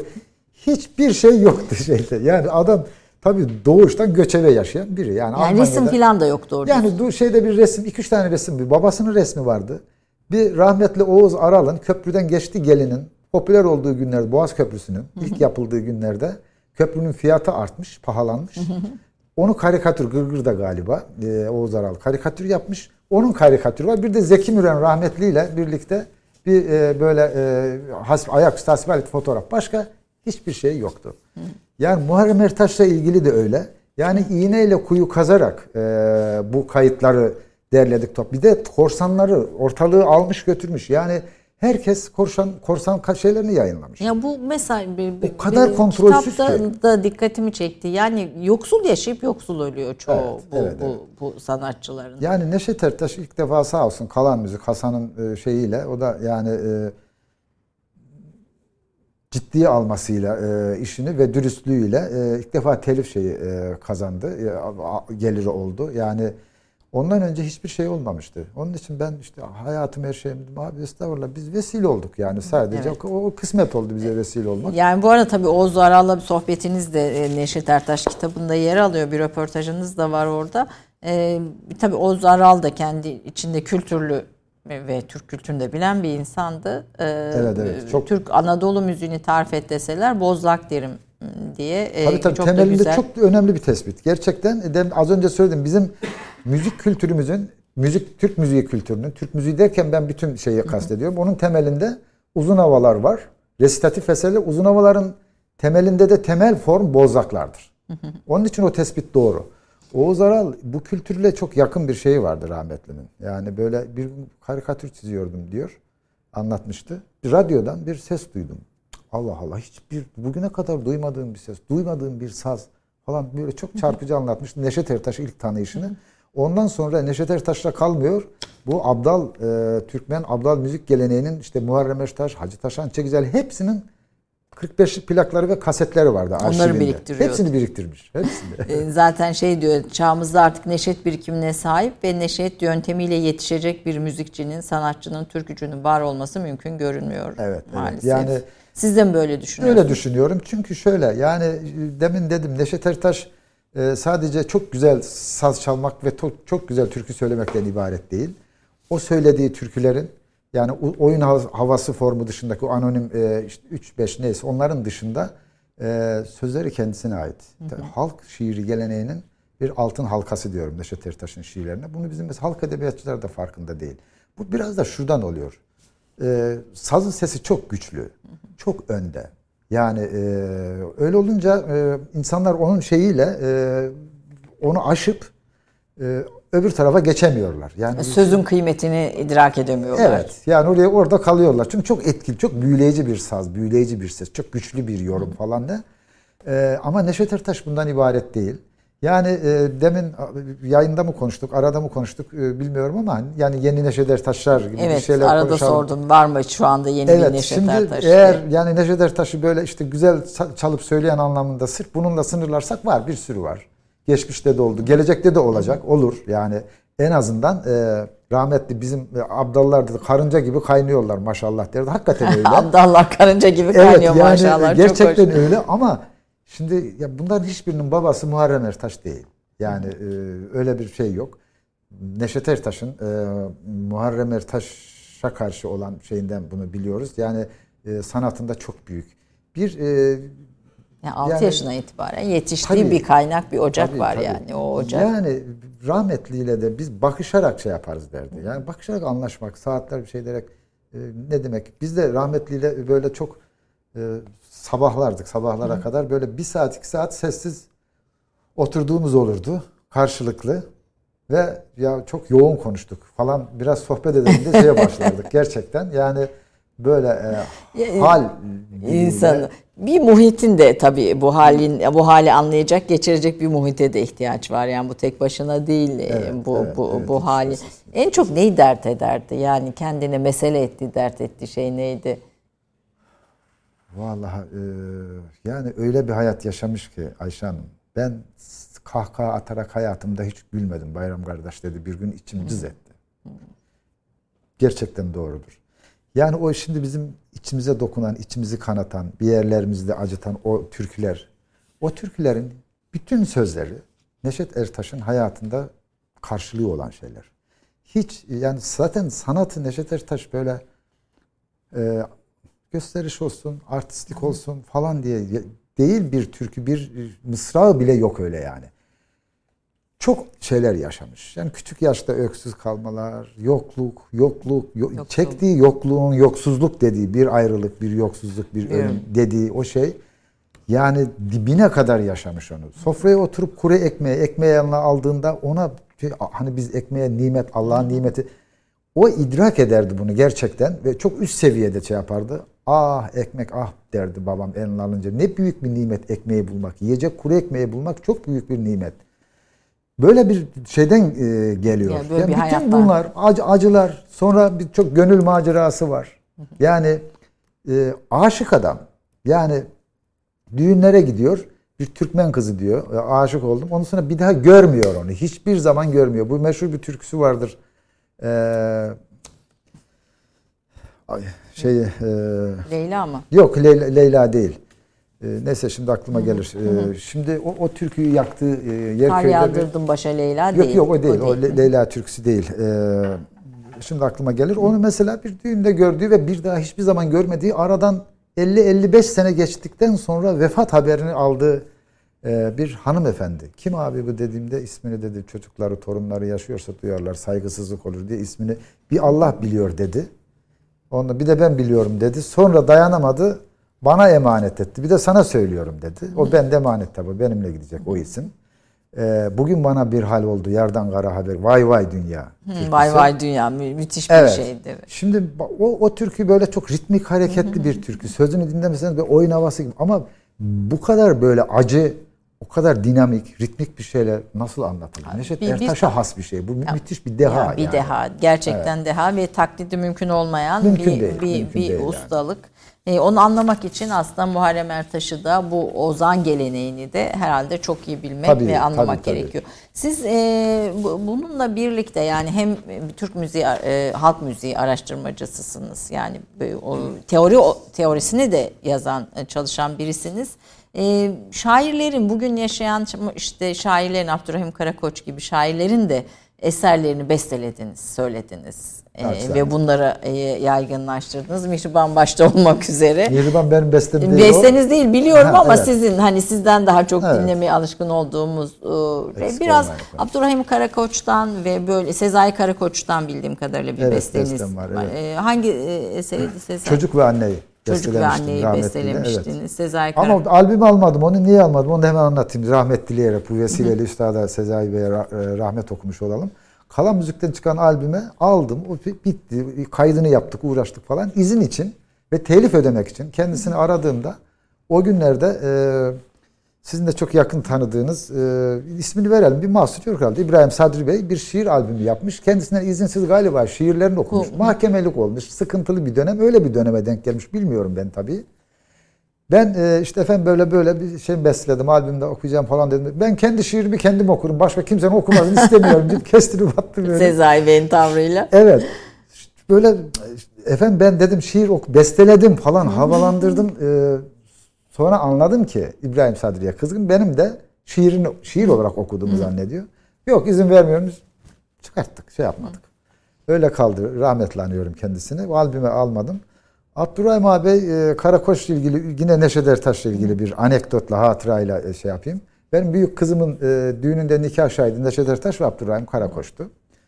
Hiçbir şey yoktu şeyde. Yani adam tabii doğuştan göçebe yaşayan biri. Yani resim falan da yoktu orada. Yani bir resim, 2-3 tane resim, bir babasının resmi vardı. Bir rahmetli Oğuz Aral'ın köprüden geçti gelinin popüler olduğu günlerde Boğaz Köprüsü'nün ilk yapıldığı günlerde köprünün fiyatı artmış, pahalanmış. Onu karikatür Gırgır'da galiba Oğuz Aral karikatür yapmış. Onun karikatürü var. Bir de Zeki Müren rahmetliyle birlikte bir böyle ayaküstü hasbihal fotoğraf. Başka hiçbir şey yoktu. Yani Muharrem Ertaş'la ilgili de öyle. Yani iğneyle kuyu kazarak bu kayıtları derledik bir de korsanları ortalığı almış götürmüş. Yani herkes korsan şeylerini yayınlamış. Ya bu mesela o kadar kontrolsüz kitapta da dikkatimi çekti. Yani yoksul yaşayıp yoksul ölüyor çoğu bu sanatçıların. Yani Neşet Ertaş ilk defa sağ olsun kalan müzik Hasan'ın şeyiyle o da yani ciddiye almasıyla işini ve dürüstlüğüyle ilk defa telif kazandı. Geliri oldu. Yani ondan önce hiçbir şey olmamıştı. Onun için ben işte hayatım her şeyim dedim. Abi estağfurullah biz vesile olduk yani sadece. Evet. O kısmet oldu bize vesile olmak. Yani bu arada tabii Oğuz Aral'la bir sohbetiniz de Neşet Ertaş kitabında yer alıyor. Bir röportajınız da var orada. Tabii Oğuz Aral da kendi içinde kültürlü ve Türk kültürünü de bilen bir insandı. Evet. Çok... Türk Anadolu müziğini tarif et deseler Bozlak derim diye. Tabii çok temelinde güzel. Çok önemli bir tespit. Gerçekten az önce söyledim bizim müzik kültürümüzün, Türk müziği kültürünün, Türk müziği derken ben bütün şeyi kastediyorum. Onun temelinde uzun havalar var. Resitatif eserler, uzun havaların temelinde de temel form Bozlaklardır. Onun için o tespit doğru. Oğuz Aral bu kültürle çok yakın bir şeyi vardı rahmetlinin. Yani böyle bir karikatür çiziyordum diyor. Anlatmıştı. Bir radyodan bir ses duydum. Allah Allah bugüne kadar duymadığım bir ses, duymadığım bir saz falan böyle çok çarpıcı anlatmıştı. Neşet Ertaş'ın ilk tanıyışını. Ondan sonra Neşet Ertaş'la kalmıyor. Bu Abdal, Türkmen Abdal müzik geleneğinin işte Muharrem Ertaş, Hacı Taşan Çekizel hepsinin 45'lik plakları ve kasetleri vardı arşivinde. Onları biriktiriyor. Hepsini biriktirmiş. Hepsini. Zaten şey diyor, çağımızda artık neşet birikimine sahip ve neşet yöntemiyle yetişecek bir müzikçinin, sanatçının, türkücünün var olması mümkün görünmüyor maalesef. Yani siz de mi böyle düşünüyorsunuz? Öyle düşünüyorum. Çünkü şöyle, yani demin dedim, Neşet Ertaş sadece çok güzel saz çalmak ve çok güzel türkü söylemekten ibaret değil. O söylediği türkülerin, yani oyun havası formu dışındaki o anonim işte 3-5 neyse onların dışında sözleri kendisine ait. Halk şiiri geleneğinin bir altın halkası diyorum Neşet Ertaş'ın şiirlerine. Bunu bizim halk edebiyatçılar da farkında değil. Bu biraz da şuradan oluyor. Sazın sesi çok güçlü, çok önde. Yani öyle olunca insanlar onun şeyiyle onu aşıp öbür tarafa geçemiyorlar. Yani sözün kıymetini idrak edemiyorlar. Evet. Yani orada kalıyorlar. Çünkü çok etkili, çok büyüleyici bir saz, büyüleyici bir ses, çok güçlü bir yorum falan da. Ama Neşet Ertaş bundan ibaret değil. Yani demin yayında mı konuştuk, arada mı konuştuk bilmiyorum ama yani yeni Neşet Ertaşlar gibi bir şeyler arada konuşalım. Sordum. Var mı şu anda yeni bir Neşet Ertaş? Şimdi eğer yani Neşet Ertaş'ı böyle işte güzel çalıp söyleyen anlamında sırf bununla sınırlarsak var, bir sürü var. Geçmişte de oldu, gelecekte de olacak, olur. Yani en azından rahmetli bizim Abdallar dedi, karınca gibi kaynıyorlar maşallah derdi. Hakikaten öyle. Abdallar karınca gibi kaynıyor yani, maşallah. Gerçekten öyle ama şimdi ya bunların hiçbirinin babası Muharrem Ertaş değil. Yani öyle bir şey yok. Neşet Ertaş'ın Muharrem Ertaş'a karşı olan şeyinden bunu biliyoruz. Yani sanatında çok büyük. Bir yani 6 yaşına itibaren yetiştiği tabii, bir kaynak, bir ocak var tabii. Yani o ocak. Yani rahmetliyle de biz bakışarak şey yaparız derdi. Yani bakışarak anlaşmak, saatler bir şey diyerek ne demek? Biz de rahmetliyle böyle çok sabahlardık, sabahlara kadar böyle 1 saat 2 saat sessiz oturduğumuz olurdu karşılıklı ve ya çok yoğun konuştuk falan, biraz sohbet edelim de şeye başlardık gerçekten. Yani böyle hal insan bir muhitin de tabii bu hali anlayacak, geçirecek bir muhite de ihtiyaç var. Yani bu tek başına değil. Evet, bu hali. En çok neyi dert ederdi? Yani kendine mesele ettiği, dert ettiği şey neydi? Vallahi yani öyle bir hayat yaşamış ki Ayşe Hanım. Ben kahkaha atarak hayatımda hiç gülmedim. Bayram kardeş dedi bir gün, içim cız etti. Gerçekten doğrudur. Yani o şimdi bizim içimize dokunan, içimizi kanatan, bir yerlerimizde acıtan o türküler, o türkülerin bütün sözleri Neşet Ertaş'ın hayatında karşılığı olan şeyler. Hiç yani zaten sanatı Neşet Ertaş böyle gösteriş olsun, artistlik olsun falan diye değil, bir türkü, bir mısrağı bile yok öyle yani. Çok şeyler yaşamış. Yani küçük yaşta öksüz kalmalar, yokluk, çektiği yokluğun, yoksuzluk dediği, bir ayrılık, bir yoksuzluk, bir ölüm dediği o şey. Yani dibine kadar yaşamış onu. Sofraya oturup kuru ekmeği yanına aldığında ona hani biz ekmeğe nimet, Allah'ın nimeti, o idrak ederdi bunu gerçekten ve çok üst seviyede şey yapardı. Ah ekmek ah derdi babam eline alınca. Ne büyük bir nimet ekmeği bulmak. Yiyecek kuru ekmeği bulmak çok büyük bir nimet. Böyle bir şeyden geliyor. Yani böyle bir bütün bunlar acılar, sonra çok gönül macerası var. Yani aşık adam. Yani düğünlere gidiyor. Bir Türkmen kızı diyor. Aşık oldum. Ondan sonra bir daha görmüyor onu. Hiçbir zaman görmüyor. Bu meşhur bir türküsü vardır. Leyla mı? Yok Leyla değil. Neyse şimdi aklıma gelir. Şimdi o türküyü yaktığı Yerköy'de. Kar yağdırdım başa Leyla değil. Yok o değil. O Leyla türküsü değil. Şimdi aklıma gelir. Onu mesela bir düğünde gördüğü ve bir daha hiçbir zaman görmediği, aradan 50-55 sene geçtikten sonra vefat haberini aldığı bir hanımefendi. Kim abi bu dediğimde ismini dedi, çocukları, torunları yaşıyorsa duyarlar, saygısızlık olur diye ismini bir Allah biliyor dedi. Onu bir de ben biliyorum dedi. Sonra dayanamadı. Bana emanet etti. Bir de sana söylüyorum dedi. O bende emanet tabii. Benimle gidecek o isim. Bugün bana bir hal oldu. Yardan kara haber. Vay vay dünya. Vay vay dünya. Müthiş bir şeydir. Şimdi o türkü böyle çok ritmik, hareketli bir türkü. Sözünü dinlemeseniz böyle oyun havası gibi. Ama bu kadar böyle acı, o kadar dinamik, ritmik bir şeyle nasıl anlatılır? Neşet Ertaş'a has bir şey. Bu müthiş bir deha yani. Bir deha. Gerçekten deha ve taklidi mümkün olmayan bir ustalık. Yani. Onu anlamak için aslında Muharrem Ertaş'ı da bu ozan geleneğini de herhalde çok iyi bilmek ve anlamak gerekiyor. Siz bununla birlikte yani hem Türk müziği, halk müziği araştırmacısısınız. Yani o teorisini de yazan, çalışan birisiniz. Şairlerin bugün yaşayan işte şairlerin Abdurrahim Karakoç gibi şairlerin de eserlerini bestelediniz, söylediniz. Ve bunları yaygınlaştırdınız. Mihriban başta olmak üzere. Mihriban benim bestem değil. Besteniz değil biliyorum ama sizin hani sizden daha çok dinlemeye alışkın olduğumuz biraz Abdurrahim Karakoç'tan ve böyle Sezai Karakoç'tan bildiğim kadarıyla bir besteniz var. Hangi eseriydi Sezai? Çocuk ve Anneyi. Çocuk ve Anneyi bestelemiştiniz. Evet. Sezai Ama albümü almadım. Onu niye almadım? Onu da hemen anlatayım. Rahmet dileyerek. Bu vesileyle üstada Sezai Bey'e rahmet okumuş olalım. Kalan Müzik'ten çıkan albüme aldım. O bitti. Kaydını yaptık, uğraştık falan. İzin için ve telif ödemek için kendisini aradığımda o günlerde sizin de çok yakın tanıdığınız ismini verelim. Bir mahsur yok herhalde. İbrahim Sadri Bey bir şiir albümü yapmış. Kendisinden izinsiz galiba şiirlerini okumuş. Mahkemelik olmuş. Sıkıntılı bir dönem. Öyle bir döneme denk gelmiş. Bilmiyorum ben tabii. Ben işte efendim böyle bir şey besteledim. Albümde okuyacağım falan dedim. Ben kendi şiirimi kendim okurum. Başka kimsenin okumasını istemiyorum deyip kestirip attım böyle. Sezai Bey'in tavrıyla. Evet. Böyle efendim ben dedim şiir besteledim falan havalandırdım. Sonra anladım ki İbrahim Sadri'ye kızgın. Benim de şiir olarak okuduğumu zannediyor. Yok izin vermiyorum. Çıkarttık. Şey yapmadık. Öyle kaldı. Rahmetle anıyorum kendisini. O albümü almadım. Abdurrahim abi Karakoç'la ilgili yine Neşet Ertaş'la ilgili bir anekdotla, hatırayla şey yapayım. Benim büyük kızımın düğününde nikah şahidi Neşet Ertaş ve Abdurrahim Karakoç'tu.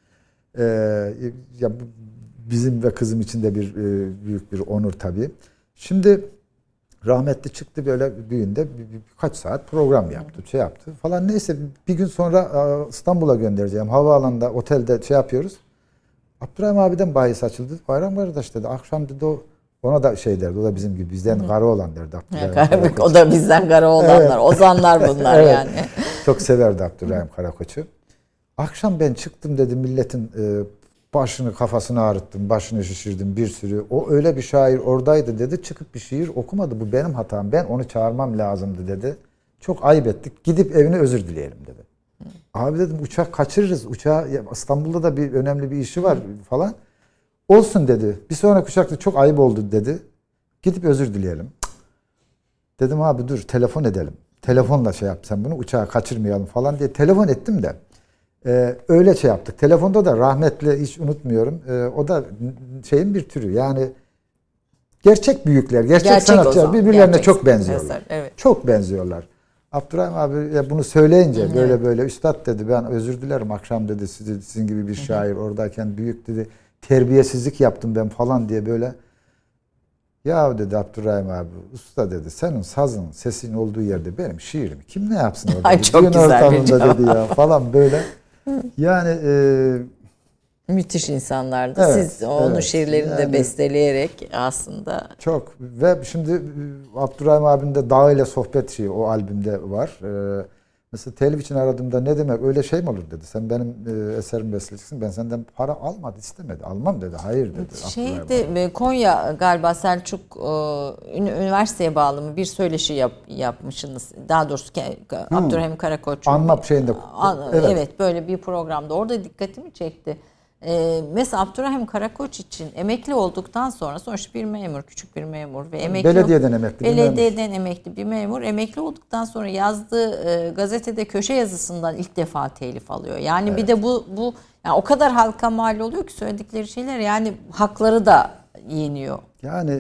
Ya bizim ve kızım için de büyük bir onur tabii. Şimdi rahmetli çıktı böyle düğünde birkaç saat program yaptı, şey yaptı falan. Neyse bir gün sonra İstanbul'a göndereceğim. Havaalanında, otelde şey yapıyoruz. Abdurrahim abiden bahis açıldı. Bayram kardeş dedi. Akşam dedi ona da şey derdi. O da bizim gibi bizden garı olan derdi. O da bizden garı olanlar. Evet. Ozanlar bunlar evet. Yani. Çok severdi Abdurrahim Karakoç'u. Akşam ben çıktım dedi milletin başını kafasını ağrıttım. Başını şişirdim bir sürü. O öyle bir şair oradaydı dedi. Çıkıp bir şiir okumadı. Bu benim hatam. Ben onu çağırmam lazımdı dedi. Çok ayıp ettik. Gidip evine özür dileyelim dedi. Abi dedim uçak kaçırırız. İstanbul'da da bir önemli bir işi var falan. Olsun dedi. Bir sonraki uçakta çok ayıp oldu dedi. Gidip özür dileyelim. Dedim abi dur telefon edelim. Telefonla şey yap sen bunu uçağı kaçırmayalım falan diye telefon ettim de. Öyle şey yaptık. Telefonda da rahmetli hiç unutmuyorum. O da şeyin bir türü. Yani gerçek büyükler, gerçek sanatçılar birbirlerine çok benziyorlar. Evet. Çok benziyorlar. Abdurrahim abi bunu söyleyince böyle üstad dedi ben özür dilerim akşam dedi sizin gibi bir şair oradayken büyük dedi terbiyesizlik yaptım ben falan diye böyle. Ya dedi Abdurrahim abi usta dedi senin sazın sesin olduğu yerde benim şiirimi kim ne yapsın orada? Ay çok güzel bir cevap. Dedi ya falan böyle. Yani müthiş insanlardı. Evet, siz onun şiirlerini de besteleyerek aslında. Çok ve şimdi Abdurrahim abinin de Dağ ile Sohbet şeyi o albümde var. Mesela telif için aradığımda ne demek öyle şey mi olur dedi. Sen benim eserimi besleyeceksin. Ben senden para almadı istemedi. Almam dedi. Hayır dedi. Konya galiba Selçuk üniversiteye bağlı mı bir söyleşi yapmışsınız. Daha doğrusu Abdurrahim Karakoç'un. Anmap şeyinde. Evet böyle bir programda. Orada dikkatimi çekti. Mesela Abdurrahim Karakoç için emekli olduktan sonra sonuçta bir memur, küçük bir memur ve belediyeden emekli bir memur emekli olduktan sonra yazdığı gazetede köşe yazısından ilk defa telif alıyor. Yani evet. Bir de bu yani o kadar halka mal oluyor ki söyledikleri şeyler yani hakları da yeniyor. Yani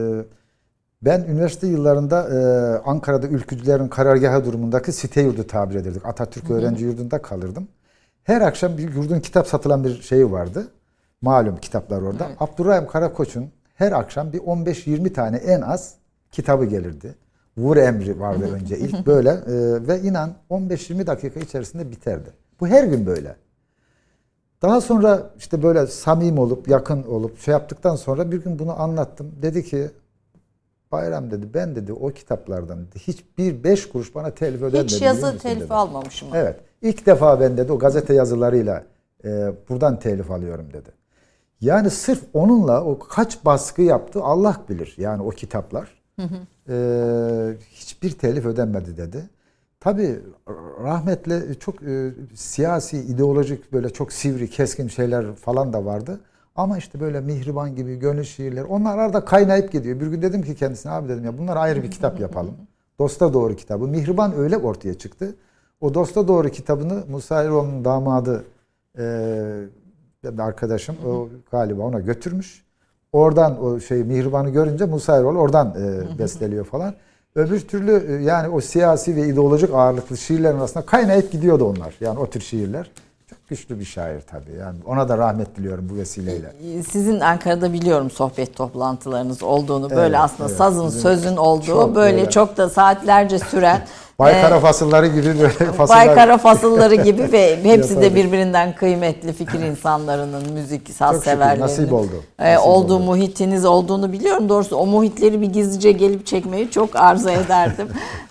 ben üniversite yıllarında Ankara'da ülkücülerin karargahı durumundaki site yurdu tabir ederdik. Atatürk Öğrenci Yurdu'nda kalırdım. Her akşam bir yurdun kitap satılan bir şeyi vardı. Malum kitaplar orada. Evet. Abdurrahim Karakoç'un her akşam bir 15-20 tane en az kitabı gelirdi. Vur emri vardı önce ilk böyle ve inan 15-20 dakika içerisinde biterdi. Bu her gün böyle. Daha sonra işte böyle samimi olup yakın olup şey yaptıktan sonra bir gün bunu anlattım. Dedi ki Bayram dedi, ben dedi o kitaplardan hiçbir 5 kuruş bana telif ödenmedi. Hiç yazı telifi almamışım. Evet. İlk defa ben dedi o gazete yazılarıyla buradan telif alıyorum dedi. Yani sırf onunla o kaç baskı yaptı Allah bilir. Yani o kitaplar. Hiçbir telif ödenmedi dedi. Tabii rahmetli çok siyasi, ideolojik böyle çok sivri, keskin şeyler falan da vardı. Ama işte böyle Mihriban gibi gönül şiirler onlar arada kaynayıp gidiyor. Bir gün dedim ki kendisine abi dedim ya bunlar ayrı bir kitap yapalım. Dosta Doğru kitabı. Mihriban öyle ortaya çıktı. O Dosta Doğru kitabını Musa Eroğlu'nun damadı arkadaşım o galiba ona götürmüş. Oradan o Mihriban'ı görünce Musa Eroğlu oradan besteliyor falan. Öbür türlü yani o siyasi ve ideolojik ağırlıklı şiirlerin arasında kaynayıp gidiyordu onlar. Yani o tür şiirler. Çok güçlü bir şair tabii. Yani ona da rahmet diliyorum bu vesileyle. Sizin Ankara'da biliyorum sohbet toplantılarınız olduğunu. Böyle aslında sazın, sözün olduğu çok böyle çok da saatlerce süren Baykara fasılları gibi böyle fasıllar. Baykara fasılları gibi ve hepsi de birbirinden kıymetli fikir insanlarının, müzik, saz severlerinin. Nasip oldu. Olduğu muhitiniz olduğunu biliyorum. Doğrusu o muhitleri bir gizlice gelip çekmeyi çok arzu ederdim.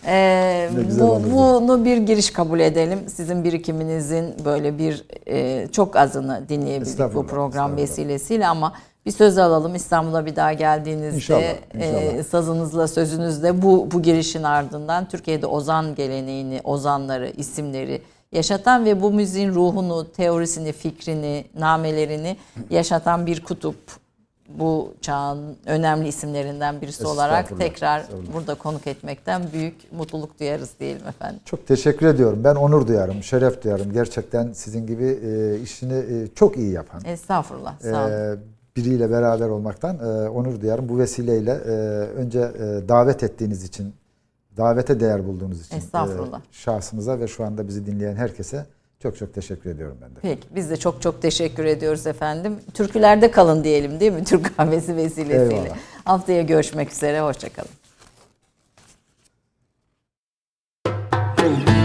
Bunu bir giriş kabul edelim. Sizin birikiminizin böyle bir çok azını dinleyebildik bu program vesilesiyle ama bir söz alalım. İstanbul'a bir daha geldiğinizde İnşallah. sazınızla, sözünüzle bu girişin ardından Türkiye'de ozan geleneğini, ozanları, isimleri yaşatan ve bu müziğin ruhunu, teorisini, fikrini, namelerini yaşatan bir kutup. Bu çağın önemli isimlerinden birisi olarak tekrar burada konuk etmekten büyük mutluluk duyarız diyelim efendim. Çok teşekkür ediyorum. Ben onur duyarım, şeref duyarım. Gerçekten sizin gibi işini çok iyi yapan. Estağfurullah. Sağ olun. Biriyle beraber olmaktan onur duyarım. Bu vesileyle önce davet ettiğiniz için, davete değer bulduğunuz için şahsımıza ve şu anda bizi dinleyen herkese çok teşekkür ediyorum ben de. Peki biz de çok teşekkür ediyoruz efendim. Türkülerde kalın diyelim değil mi? Türk kahvesi vesilesiyle. Eyvallah. Haftaya görüşmek üzere. Hoşça kalın.